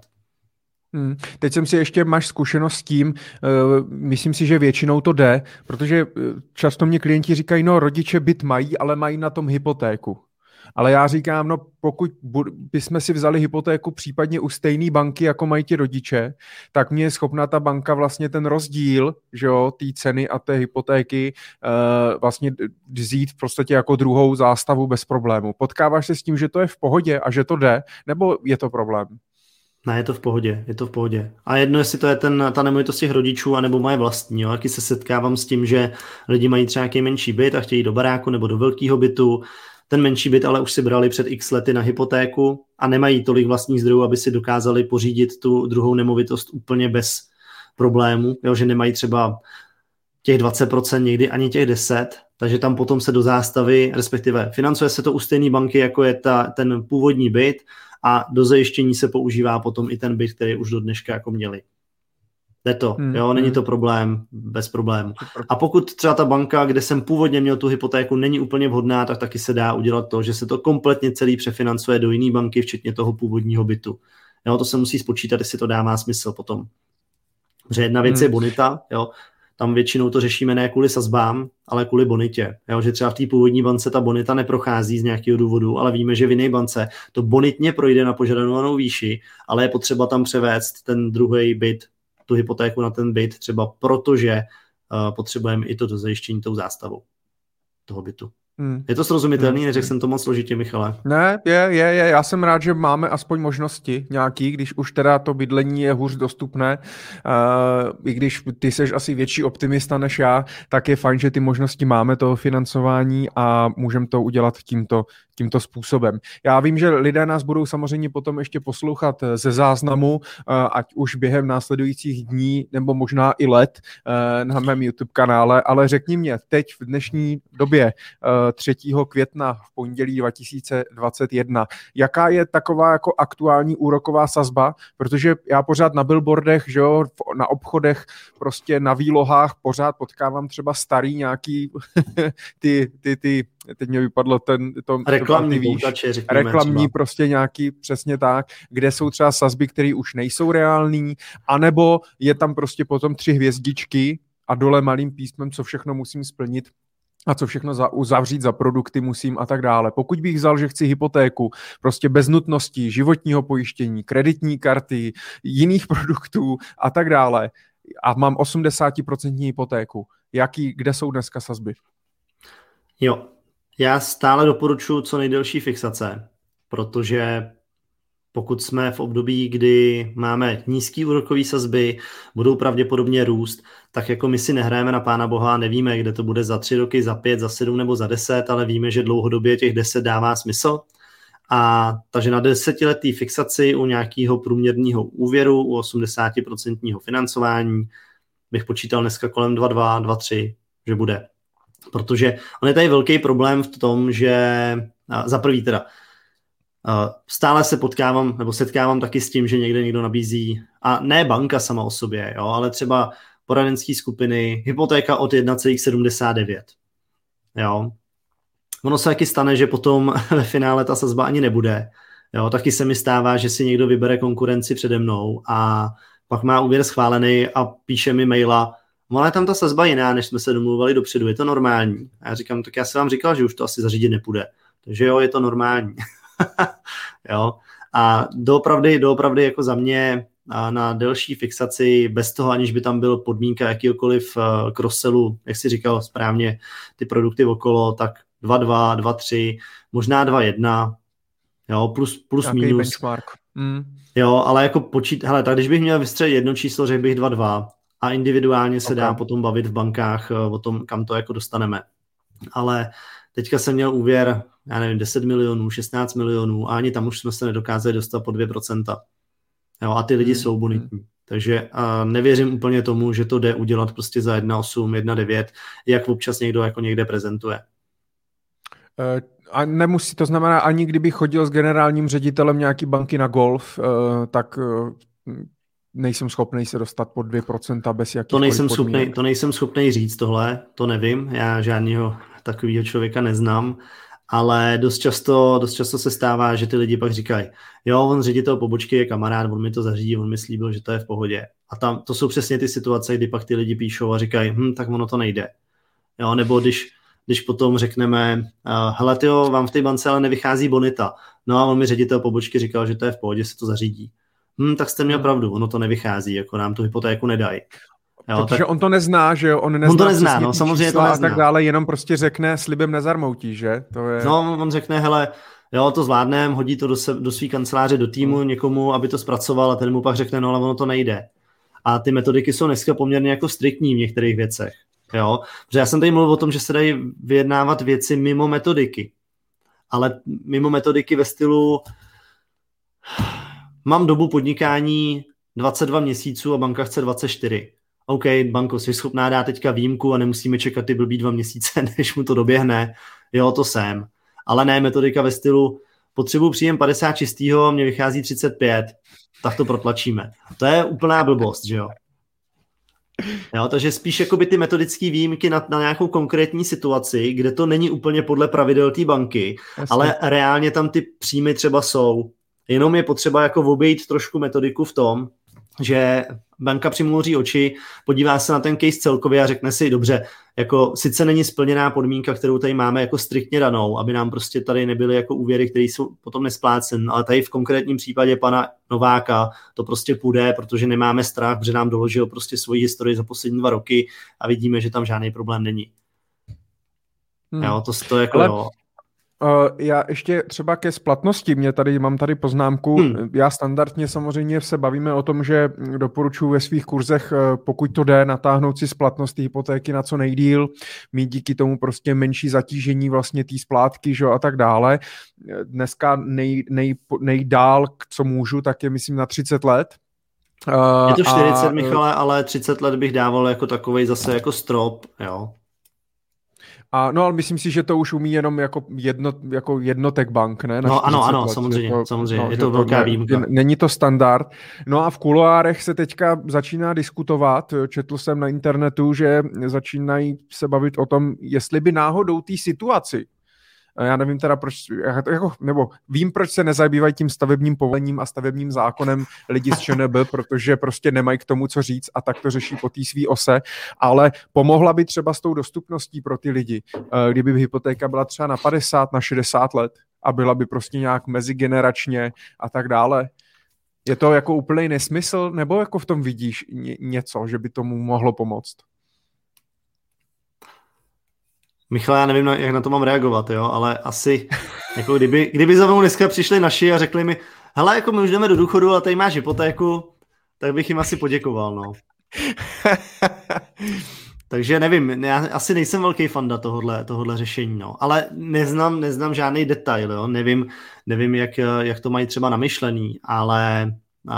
Teď jsem si ještě, máš zkušenost s tím, myslím si, že většinou to jde, protože často mě klienti říkají, no rodiče byt mají, ale mají na tom hypotéku. Ale já říkám, no pokud bychom si vzali hypotéku případně u stejné banky, jako mají ti rodiče, tak mě je schopná ta banka vlastně ten rozdíl, že jo, té ceny a té hypotéky vlastně vzít v podstatě jako druhou zástavu bez problému. Potkáváš se s tím, že to je v pohodě a že to jde, nebo je to problém? Ne, je to v pohodě. A jedno, jestli to je ta nemovitost těch rodičů, anebo moje vlastní. Jo. Taky se setkávám s tím, že lidi mají třeba nějaký menší byt a chtějí do baráku nebo do velkého bytu. Ten menší byt ale už si brali před x lety na hypotéku a nemají tolik vlastních zdrojů, aby si dokázali pořídit tu druhou nemovitost úplně bez problému, jo, že nemají třeba těch 20%, někdy ani těch 10%, takže tam potom se do zástavy, respektive financuje se to u stejné banky, jako je ten původní byt a do zajištění se používá potom i ten byt, který už do dneška jako měli. Jde to, jo, není to problém, bez problému. A pokud třeba ta banka, kde jsem původně měl tu hypotéku, není úplně vhodná, tak taky se dá udělat to, že se to kompletně celý přefinancuje do jiné banky, včetně toho původního bytu. Jo, to se musí spočítat, jestli to dává smysl potom. Protože jedna věc je bonita, jo, tam většinou to řešíme ne kvůli sazbám, ale kvůli bonitě. Jo, že třeba v té původní bance ta bonita neprochází z nějakého důvodu, ale víme, že v jiné bance to bonitně projde na požadovanou výši, ale je potřeba tam převést ten druhý byt, tu hypotéku na ten byt, třeba protože potřebujeme i to do zajištění tou zástavou toho bytu. Je to srozumitelný? Neřekl jsem to moc složitě, Michale. Ne, je. Já jsem rád, že máme aspoň možnosti nějaký, když už teda to bydlení je hůř dostupné. I když ty seš asi větší optimista než já, tak je fajn, že ty možnosti máme toho financování a můžeme to udělat tímto způsobem. Já vím, že lidé nás budou samozřejmě potom ještě poslouchat ze záznamu, ať už během následujících dní nebo možná i let na mém YouTube kanále, ale řekni mě teď v dnešní době 3. května v pondělí 2021, jaká je taková jako aktuální úroková sazba, protože já pořád na billboardech, že jo, na obchodech, prostě na výlohách pořád potkávám třeba starý nějaký ty teď mě vypadlo reklamní poukače, reklamní třeba. prostě nějaký, přesně tak, kde jsou třeba sazby, které už nejsou reální, anebo je tam prostě potom 3 hvězdičky a dole malým písmem, co všechno musím splnit a co všechno uzavřít za produkty musím a tak dále. Pokud bych vzal, že chci hypotéku, prostě bez nutnosti životního pojištění, kreditní karty, jiných produktů a tak dále a mám 80% hypotéku, kde jsou dneska sazby? Jo, já stále doporučuji co nejdelší fixace, protože pokud jsme v období, kdy máme nízký úrokový sazby, budou pravděpodobně růst, tak jako my si nehrajeme na Pána Boha, nevíme, kde to bude za 3 roky, za 5, za 7 nebo za 10, ale víme, že dlouhodobě těch 10 dává smysl. A takže na 10letý fixaci u nějakého průměrného úvěru, u 80% financování bych počítal dneska kolem 2,2, 2,3, že bude. Protože on je tady velký problém v tom, že za prvý teda stále se setkávám taky s tím, že někdo nabízí, a ne banka sama o sobě, jo, ale třeba poradenské skupiny, hypotéka od 1,79. Jo. Ono se taky stane, že potom ve finále ta sazba ani nebude. Jo. Taky se mi stává, že si někdo vybere konkurenci přede mnou a pak má úvěr schválený a píše mi maila, ale tam ta sazba jiná, než jsme se domluvali dopředu, je to normální. A já říkám, tak já jsem vám říkal, že už to asi zařídit nepůjde. Takže jo, je to normální. Jo. A doopravdy jako za mě na delší fixaci, bez toho, aniž by tam byl podmínka jakýkoliv cross-sellu, jak si říkal správně, ty produkty okolo, tak 2,2, 2,3, možná 2,1, jo, plus minus. Benchmark. Jo, ale jako hele, tak když bych měl vystřelit jedno číslo, řekl bych 2,2 a individuálně se dá potom bavit v bankách o tom, kam to jako dostaneme. Ale teďka jsem měl úvěr, já nevím, 10 milionů, 16 milionů a ani tam už jsme se nedokázali dostat po 2%. Jo, a ty lidi jsou bonitní. Takže nevěřím úplně tomu, že to jde udělat prostě za 1,8, 1,9, jak občas někdo jako někde prezentuje. A nemusí, to znamená, ani kdyby chodil s generálním ředitelem nějaký banky na golf, tak nejsem schopný se dostat pod 2% bez jakýchkoliv podmínek. To nejsem schopný říct tohle, to nevím, já žádného takového člověka neznám, ale dost často se stává, že ty lidi pak říkají, jo, on ředitel pobočky je kamarád, on mi to zařídí, on mi slíbil, že to je v pohodě. A tam to jsou přesně ty situace, kdy pak ty lidi píšou a říkají, tak ono to nejde. Jo, nebo když potom řekneme, hele tyjo, vám v té bance ale nevychází bonita. No a on mi ředitel pobočky říkal, že to je v pohodě, se to zařídí. Tak jste měl pravdu, ono to nevychází, jako nám tu hypotéku nedají. Jo, protože on to nezná, že jo? On to nezná, no samozřejmě to nezná. A tak dále, jenom prostě řekne, slibem nezarmoutí, že? To je... No, on řekne, hele, jo, to zvládnem, hodí to do své kanceláře, do týmu někomu, aby to zpracoval a ten mu pak řekne, no ale ono to nejde. A ty metodiky jsou dneska poměrně jako striktní v některých věcech. Jo? Protože já jsem tady mluvil o tom, že se dají vyjednávat věci mimo metodiky. Ale mimo metodiky ve stylu mám dobu podnikání 22 měsíců a banka chce 24. OK, banko, jsi schopná dát teďka výjimku a nemusíme čekat ty blbý 2 měsíce, než mu to doběhne. Jo, to jsem. Ale ne metodika ve stylu potřebuji příjem 50 čistýho a mě vychází 35. Tak to protlačíme. To je úplná blbost, že jo? Jo, takže spíš jakoby ty metodické výjimky na nějakou konkrétní situaci, kde to není úplně podle pravidel té banky, ale reálně tam ty příjmy třeba jsou. Jenom je potřeba jako obejít trošku metodiku v tom, že banka přimlouří oči, podívá se na ten case celkově a řekne si, dobře, jako sice není splněná podmínka, kterou tady máme jako striktně danou, aby nám prostě tady nebyly jako úvěry, které jsou potom nesplácen, ale tady v konkrétním případě pana Nováka to prostě půjde, protože nemáme strach, protože nám doložil prostě svoji historii za poslední 2 roky a vidíme, že tam žádný problém není. Jo, to jako ale... jo. Já ještě třeba ke splatnosti, mám tady poznámku, Já standardně samozřejmě se bavíme o tom, že doporučuji ve svých kurzech, pokud to jde, natáhnout si splatnost té hypotéky na co nejdýl, mít díky tomu prostě menší zatížení vlastně té splátky, že, a tak dále. Dneska nejdál, co můžu, tak je myslím na 30 let. Je to 40, Michale, ale 30 let bych dával jako takovej zase jako strop, jo. No, ale myslím si, že to už umí jenom jako jednotek bank, ne? No ano, samozřejmě, je to velká výjimka. Není to standard. No a v kuloárech se teďka začíná diskutovat, četl jsem na internetu, že začínají se bavit o tom, jestli by náhodou té situaci, já nevím teda proč, nebo vím, proč se nezabývají tím stavebním povolením a stavebním zákonem lidi z ČNB, protože prostě nemají k tomu co říct a tak to řeší po té svý ose, ale pomohla by třeba s tou dostupností pro ty lidi, kdyby hypotéka byla třeba na 50, na 60 let a byla by prostě nějak mezigeneračně a tak dále. Je to jako úplný nesmysl, nebo jako v tom vidíš něco, že by tomu mohlo pomoct? Michal, já nevím, jak na to mám reagovat, jo, ale asi, jako kdyby za mnou dneska přišli naši a řekli mi, hele, jako my už jdeme do důchodu a tady máš hypotéku, tak bych jim asi poděkoval, no. Takže nevím, já asi nejsem velký fanda tohohle řešení, no, ale neznám žádný detail, jo, nevím jak to mají třeba namyšlený, ale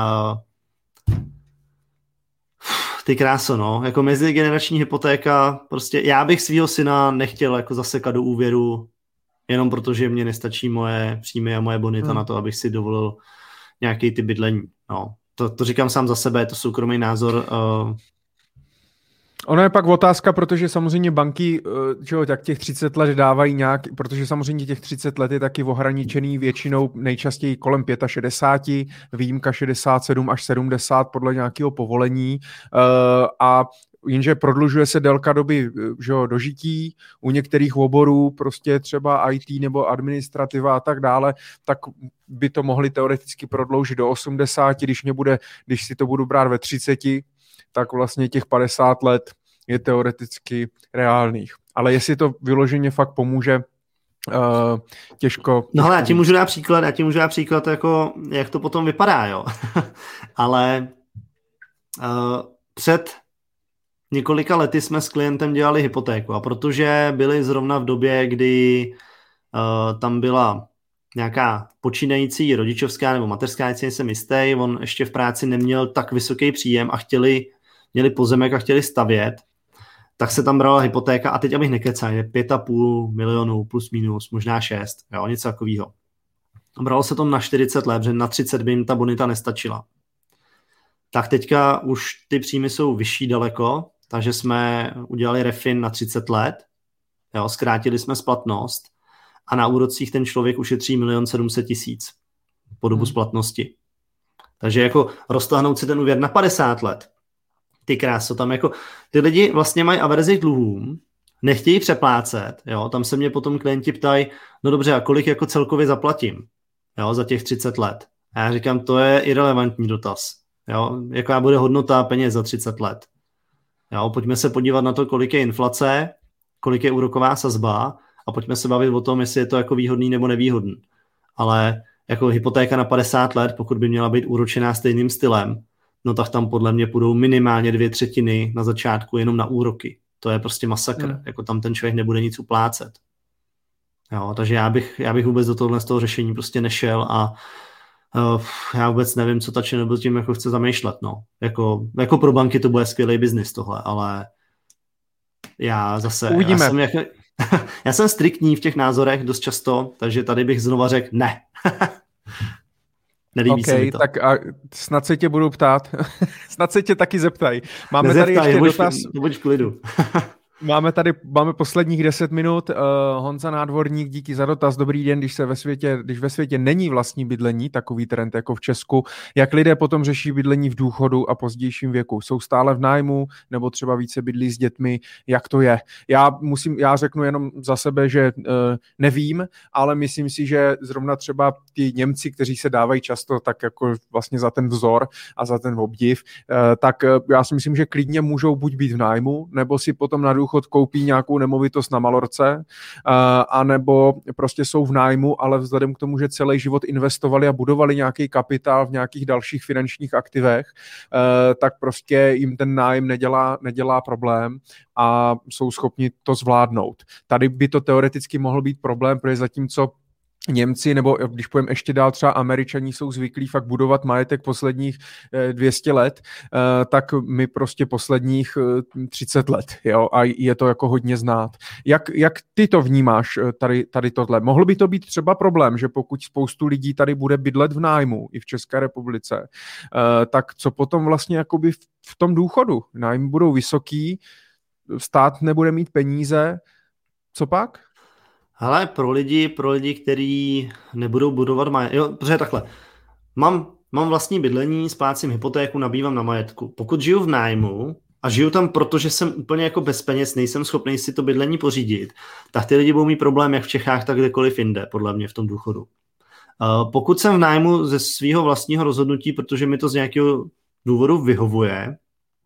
ty kráso, no, jako mezigenerační hypotéka, prostě já bych svýho syna nechtěl jako zasekat do úvěru, jenom protože mě nestačí moje příjmy a moje bonita na to, abych si dovolil nějaký ty bydlení, no. To říkám sám za sebe, je to soukromý názor. Ono je pak otázka, protože samozřejmě banky, tak těch 30 let dávají nějak, protože samozřejmě těch 30 let je taky ohraničený většinou nejčastěji kolem 65, výjimka 67 až 70 podle nějakého povolení a jenže prodlužuje se délka doby dožití, u některých oborů prostě třeba IT nebo administrativa a tak dále, tak by to mohli teoreticky prodloužit do 80, když si to budu brát ve 30, tak vlastně těch 50 let je teoreticky reálných. Ale jestli to vyloženě fakt pomůže, těžko... No ale já ti můžu dát příklad, jako, jak to potom vypadá, jo. Ale před několika lety jsme s klientem dělali hypotéku a protože byli zrovna v době, kdy tam byla nějaká počínající rodičovská nebo mateřská, jestli jsem jistý, on ještě v práci neměl tak vysoký příjem a měli pozemek a chtěli stavět, tak se tam brala hypotéka a teď abych nekecal, je 5,5 milionů plus minus, možná 6, jo, něco takového. Bralo se to na 40 let, že na 30 by jim ta bonita nestačila. Tak teďka už ty příjmy jsou vyšší daleko, takže jsme udělali refin na 30 let, jo, zkrátili jsme splatnost a na úrocích ten člověk ušetří 1 700 000 po dobu splatnosti. Takže jako roztáhnout si ten úvěr na 50 let, ty kráso, tam jako ty lidi vlastně mají averzi k dluhům, nechtějí přeplácet, jo, tam se mě potom klienti ptají, no dobře, a kolik jako celkově zaplatím, jo, za těch 30 let. A já říkám, to je irelevantní dotaz, jo, jaká bude hodnota peněz za 30 let. Jo, pojďme se podívat na to, kolik je inflace, kolik je úroková sazba a pojďme se bavit o tom, jestli je to jako výhodný nebo nevýhodný. Ale jako hypotéka na 50 let, pokud by měla být úročená stejným stylem, no tak tam podle mě půjdou minimálně 2/3 na začátku jenom na úroky. To je prostě masakr. Jako tam ten člověk nebude nic uplácet. Jo, takže já bych vůbec do tohle z toho řešení prostě nešel a já vůbec nevím, co ta ČNB tím jako chce zamýšlet. No. Jako pro banky to bude skvělý biznis tohle, ale já zase... Uvidíme. Já jsem striktní v těch názorech dost často, takže tady bych znova řekl ne. Nelíbí se mi to. Tak a snad se tě budu ptát. Snad se tě taky zeptají. Máme tady ještě dotaz. Buď v klidu. Máme posledních 10 minut. Honza Nádvorník, díky za dotaz. Dobrý den, když ve světě není vlastní bydlení, takový trend jako v Česku, jak lidé potom řeší bydlení v důchodu a pozdějším věku? Jsou stále v nájmu nebo třeba více bydlí s dětmi? Jak to je? Já řeknu jenom za sebe, že nevím, ale myslím si, že zrovna třeba ty Němci, kteří se dávají často tak jako vlastně za ten vzor a za ten obdiv, tak já si myslím, že klidně můžou buď být v nájmu, nebo si potom na důchod důchod koupí nějakou nemovitost na Malorce, anebo prostě jsou v nájmu, ale vzhledem k tomu, že celý život investovali a budovali nějaký kapitál v nějakých dalších finančních aktivech, tak prostě jim ten nájem nedělá problém a jsou schopni to zvládnout. Tady by to teoreticky mohl být problém, protože zatímco Němci, nebo když půjdeme ještě dál, třeba Američani jsou zvyklí fakt budovat majetek posledních 200 let, tak my prostě posledních 30 let, jo, a je to jako hodně znát. Jak ty to vnímáš, tady tohle? Mohl by to být třeba problém, že pokud spoustu lidí tady bude bydlet v nájmu i v České republice, tak co potom vlastně jakoby v tom důchodu? Nájmy budou vysoký, stát nebude mít peníze, co pak? Hele, pro lidi, kteří nebudou budovat majetek, jo, protože takhle, mám vlastní bydlení, splácím hypotéku, nabývám na majetku. Pokud žiju v nájmu a žiju tam, protože jsem úplně jako bez peněz, nejsem schopný si to bydlení pořídit, tak ty lidi budou mít problém jak v Čechách, tak kdekoliv jinde, podle mě v tom důchodu. Pokud jsem v nájmu ze svého vlastního rozhodnutí, protože mi to z nějakého důvodu vyhovuje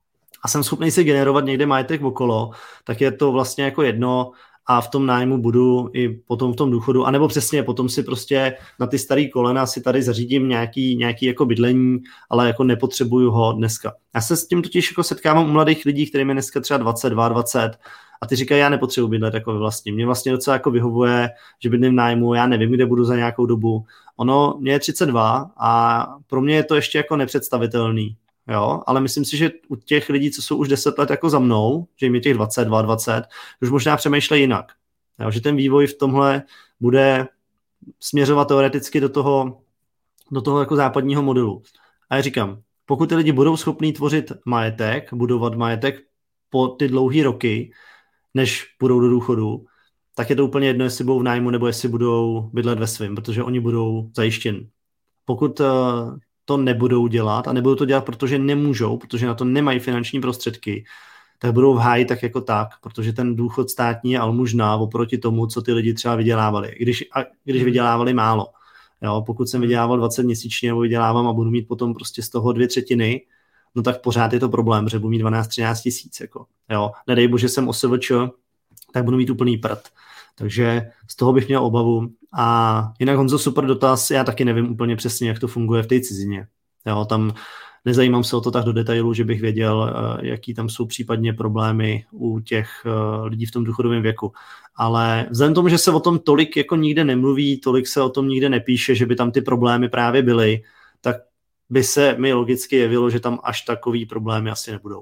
a jsem schopný si generovat někde majetek okolo, tak je to vlastně jako jedno, a v tom nájmu budu i potom v tom důchodu, anebo přesně potom si prostě na ty starý kolena si tady zařídím nějaký jako bydlení, ale jako nepotřebuju ho dneska. Já se s tím totiž jako setkávám u mladých lidí, kterým je dneska třeba 22, 20 a ty říkají, já nepotřebuji bydlet jako ve vlastním. Mě vlastně docela jako vyhovuje, že bydlím v nájmu, já nevím, kde budu za nějakou dobu. Mě je 32 a pro mě je to ještě jako nepředstavitelný. Jo, ale myslím si, že u těch lidí, co jsou už 10 let jako za mnou, že jim je těch 22, 20, už možná přemýšlejí jinak. Jo, že ten vývoj v tomhle bude směřovat teoreticky do toho jako západního modelu. A já říkám, pokud ty lidi budou schopní tvořit majetek, budovat majetek po ty dlouhé roky, než budou do důchodu, tak je to úplně jedno, jestli budou v nájmu nebo jestli budou bydlet ve svém, protože oni budou zajištěni. Pokud to nebudou dělat a nebudou to dělat, protože nemůžou, protože na to nemají finanční prostředky, tak budou v háji tak jako tak, protože ten důchod státní je almužná oproti tomu, co ty lidi třeba vydělávali, když vydělávali málo. Jo, pokud jsem vydělával 20 měsíčně nebo vydělávám a budu mít potom prostě z toho 2/3, no tak pořád je to problém, že budu mít 12-13 tisíc. Jako. Jo, nedej bože jsem OSVČ, tak budu mít úplný prd. Takže z toho bych měl obavu. A jinak Honzo, super dotaz, já taky nevím úplně přesně, jak to funguje v té cizině. Jo, tam nezajímám se o to tak do detailu, že bych věděl, jaký tam jsou případně problémy u těch lidí v tom důchodovém věku. Ale vzhledem tomu, že se o tom tolik jako nikde nemluví, tolik se o tom nikde nepíše, že by tam ty problémy právě byly, tak by se mi logicky jevilo, že tam až takový problémy asi nebudou.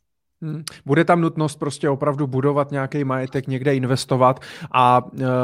Bude tam nutnost prostě opravdu budovat nějaký majetek, někde investovat a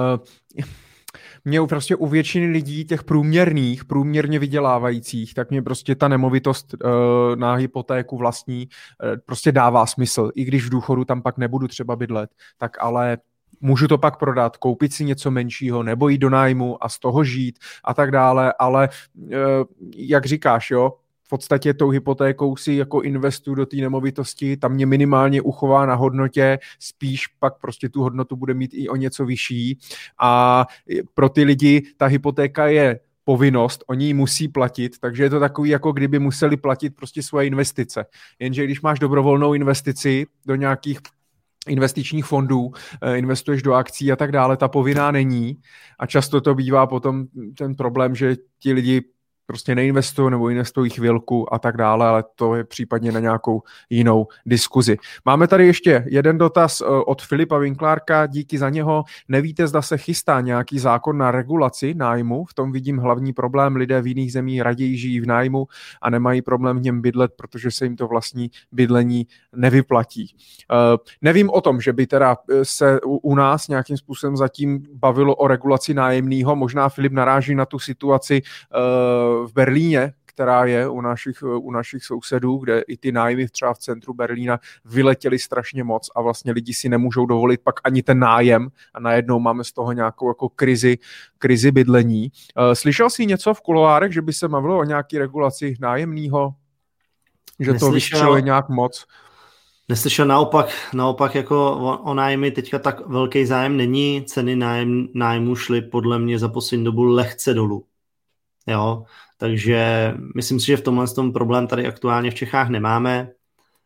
mě prostě u většiny lidí, těch průměrně vydělávajících, tak mě prostě ta nemovitost na hypotéku vlastní prostě dává smysl. I když v důchodu tam pak nebudu třeba bydlet, tak ale můžu to pak prodat, koupit si něco menšího, nebo jít do nájmu a z toho žít a tak dále, ale jak říkáš, jo, v podstatě tou hypotékou si jako investuju do té nemovitosti, tam mě minimálně uchová na hodnotě, spíš pak prostě tu hodnotu bude mít i o něco vyšší a pro ty lidi ta hypotéka je povinnost, oni ji musí platit, takže je to takový, jako kdyby museli platit prostě svoje investice. Jenže když máš dobrovolnou investici do nějakých investičních fondů, investuješ do akcí a tak dále, ta povinná není a často to bývá potom ten problém, že ti lidi prostě neinvestují nebo investují chvilku a tak dále, ale to je případně na nějakou jinou diskuzi. Máme tady ještě jeden dotaz od Filipa Vinklárka, díky za něho. Nevíte, zda se chystá nějaký zákon na regulaci nájmu? V tom vidím hlavní problém. Lidé v jiných zemích raději žijí v nájmu a nemají problém v něm bydlet, protože se jim to vlastní bydlení nevyplatí. Nevím o tom, že by teda se u nás nějakým způsobem zatím bavilo o regulaci nájemného. Možná Filip naráží na tu situaci v Berlíně, která je u našich sousedů, kde i ty nájmy třeba v centru Berlína vyletěly strašně moc a vlastně lidi si nemůžou dovolit pak ani ten nájem a najednou máme z toho nějakou jako krizi bydlení. Slyšel jsi něco v kuloárech, že by se mluvilo o nějaký regulaci nájemného? Že to vystřeluje nějak moc? Neslyšel, naopak jako o nájmy teďka tak velký zájem není, ceny nájmu šly podle mě za poslední dobu lehce dolů. Jo, takže myslím si, že v tomhle problém tady aktuálně v Čechách nemáme.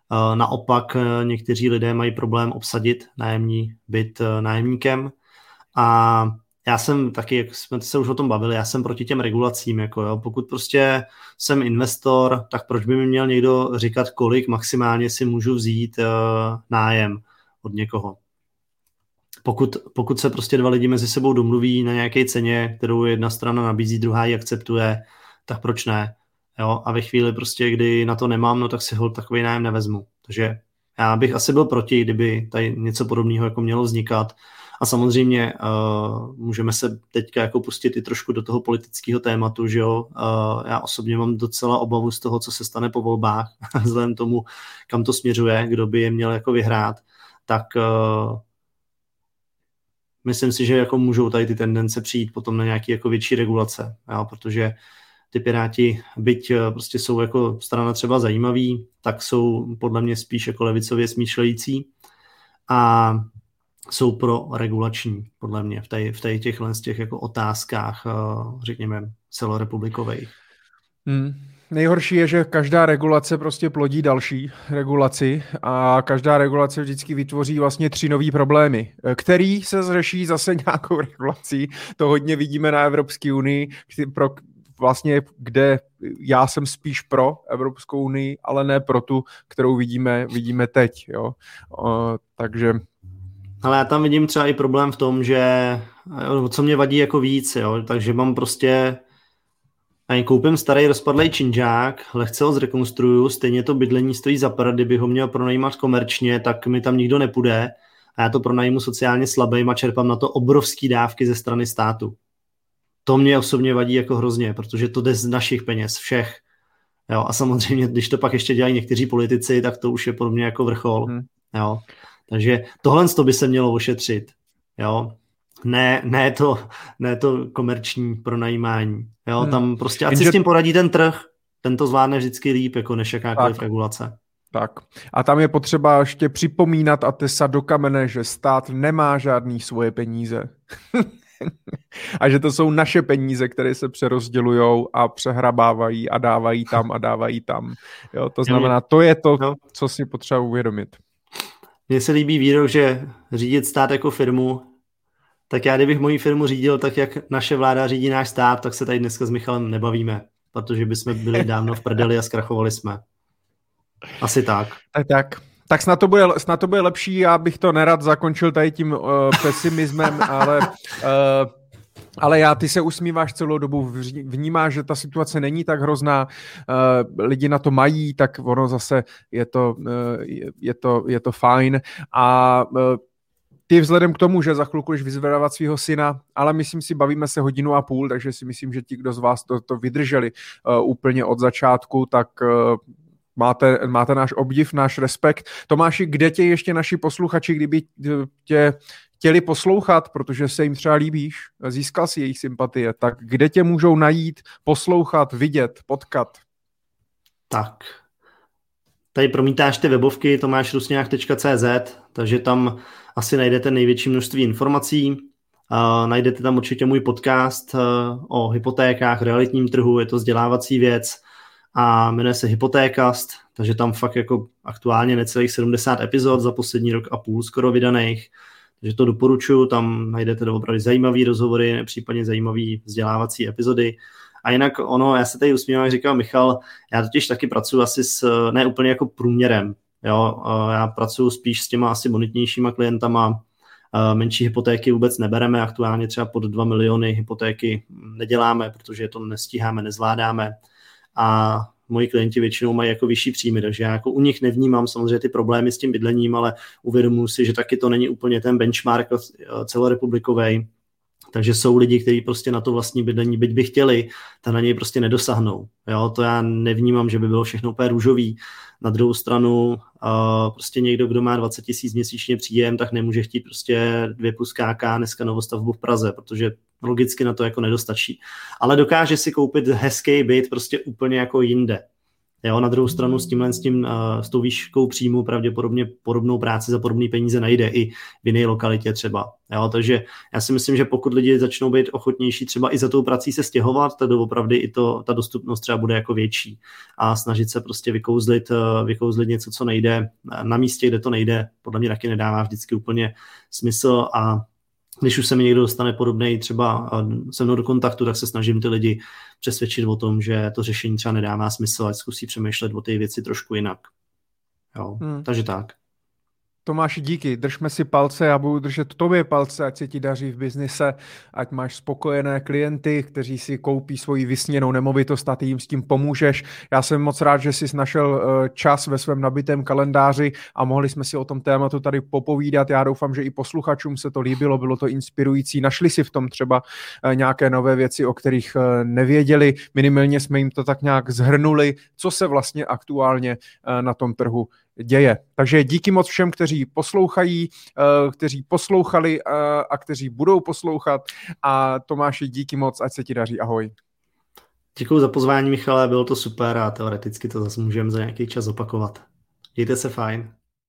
Naopak někteří lidé mají problém obsadit nájemní byt nájemníkem a já jsem taky, jak jsme se už o tom bavili, já jsem proti těm regulacím, jako jo. Pokud prostě jsem investor, tak proč by mi měl někdo říkat, kolik maximálně si můžu vzít nájem od někoho. Pokud se prostě dva lidi mezi sebou domluví na nějaké ceně, kterou jedna strana nabízí, druhá ji akceptuje, tak proč ne? Jo? A ve chvíli prostě, kdy na to nemám, no tak si holt takový nájem nevezmu. Takže já bych asi byl proti, kdyby tady něco podobného jako mělo vznikat. A samozřejmě můžeme se teďka jako pustit i trošku do toho politického tématu, že jo. Já osobně mám docela obavu z toho, co se stane po volbách, vzhledem tomu, kam to směřuje, kdo by je měl jako vyhrát, tak myslím si, že jako můžou tady ty tendence přijít potom na nějaké jako větší regulace, jo, protože ty Piráti, byť prostě jsou jako strana třeba zajímaví, tak jsou podle mě spíš jako levicově smýšlející a jsou pro regulační, podle mě, v těch jako otázkách, řekněme, celorepublikových. Nejhorší je, že každá regulace prostě plodí další regulaci a každá regulace vždycky vytvoří vlastně 3 nový problémy, který se řeší zase nějakou regulací. To hodně vidíme na Evropské unii, vlastně, kde já jsem spíš pro Evropskou unii, ale ne pro tu, kterou vidíme teď. Jo? Takže... Ale já tam vidím třeba i problém v tom, že co mě vadí jako víc, jo? Takže mám prostě koupím starý rozpadlej činžák, lehce ho zrekonstruju, stejně to bydlení stojí za prd, kdyby ho měl pronajímat komerčně, tak mi tam nikdo nepůjde a já to pronajmu sociálně slabým a čerpám na to obrovský dávky ze strany státu. To mě osobně vadí jako hrozně, protože to jde z našich peněz, všech. Jo, a samozřejmě, když to pak ještě dělají někteří politici, tak to už je pro mě jako vrchol. Jo. Takže tohle by se mělo ošetřit. Jo. Ne to komerční pronajímání. Jo, tam prostě, ať si s tím poradí ten trh, ten to zvládne vždycky líp, jako než jakákoliv regulace. Tak. A tam je potřeba ještě připomínat a tesat do kamene, že stát nemá žádný svoje peníze. A že to jsou naše peníze, které se přerozdělujou a přehrabávají a dávají tam. Jo, to znamená, to je to, co si potřeba uvědomit. Mně se líbí výrok, že řídit stát jako firmu, tak já kdybych moji firmu řídil tak, jak naše vláda řídí náš stát, tak se tady dneska s Michalem nebavíme, protože bychom byli dávno v prdeli a zkrachovali jsme. Asi tak. Tak snad to bude lepší, já bych to nerad zakončil tady tím pesimismem, ale ty se usmíváš celou dobu, vnímáš, že ta situace není tak hrozná, lidi na to mají, tak ono zase je to fajn a ty vzhledem k tomu, že za chvilku jdeš vyzvedávat svého syna, ale myslím si, bavíme se 1.5 hodiny, takže si myslím, že ti, kdo z vás to vydrželi úplně od začátku, tak máte náš obdiv, náš respekt. Tomáši, kde tě ještě naši posluchači, kdyby tě chtěli poslouchat, protože se jim třeba líbíš, získal si jejich sympatie, tak kde tě můžou najít, poslouchat, vidět, potkat? Tak, tady promítáš ty webovky tomášrusňák.cz, takže tam asi najdete největší množství informací. Najdete tam určitě můj podcast o hypotékách, realitním trhu, je to vzdělávací věc a jmenuje se Hypotékast, takže tam fakt jako aktuálně necelých 70 epizod za poslední 1.5 roku skoro vydaných, takže to doporučuji, tam najdete opravdu zajímavý rozhovory, případně zajímavý vzdělávací epizody. A jinak já se tady usmívám, jak říkal Michal, já totiž taky pracuji asi ne úplně jako průměrem, jo, já pracuji spíš s těma asi bonitnějšíma klientama, menší hypotéky vůbec nebereme, aktuálně třeba pod 2 miliony hypotéky neděláme, protože to nestíháme, nezvládáme a moji klienti většinou mají jako vyšší příjmy, takže já jako u nich nevnímám samozřejmě ty problémy s tím bydlením, ale uvědomuji si, že taky to není úplně ten benchmark celorepublikový. Takže jsou lidi, kteří prostě na to vlastní bydlení, byť by chtěli, tak na něj prostě nedosáhnou. Jo, to já nevnímám, že by bylo všechno úplně růžový. Na druhou stranu prostě někdo, kdo má 20 000 měsíčně příjem, tak nemůže chtít prostě 2+ KK dneska novostavbu v Praze, protože logicky na to jako nedostačí. Ale dokáže si koupit hezký byt prostě úplně jako jinde. Jo, na druhou stranu s tou výškou příjmu pravděpodobně podobnou práci za podobné peníze najde i v jiné lokalitě třeba. Jo, takže já si myslím, že pokud lidi začnou být ochotnější třeba i za tou prací se stěhovat, tak doopravdy i ta dostupnost třeba bude jako větší a snažit se prostě vykouzlit něco, co nejde na místě, kde to nejde, podle mě taky nedává vždycky úplně smysl a když už se mi někdo dostane podobnej třeba se mnou do kontaktu, tak se snažím ty lidi přesvědčit o tom, že to řešení třeba nedává smysl, ať zkusí přemýšlet o té věci trošku jinak. Jo, takže tak. Tomáši, díky, držme si palce, já budu držet tobě palce, ať se ti daří v biznise, ať máš spokojené klienty, kteří si koupí svoji vysněnou nemovitost a ty jim s tím pomůžeš. Já jsem moc rád, že jsi našel čas ve svém nabitém kalendáři a mohli jsme si o tom tématu tady popovídat. Já doufám, že i posluchačům se to líbilo, bylo to inspirující. Našli si v tom třeba nějaké nové věci, o kterých nevěděli. Minimálně jsme jim to tak nějak zhrnuli, co se vlastně aktuálně na tom trhu děje. Takže díky moc všem, kteří poslouchají, kteří poslouchali a kteří budou poslouchat. A Tomáši, díky moc, ať se ti daří. Ahoj. Děkuji za pozvání, Michale, bylo to super a teoreticky to zase můžeme za nějaký čas opakovat. Mějte se fajn.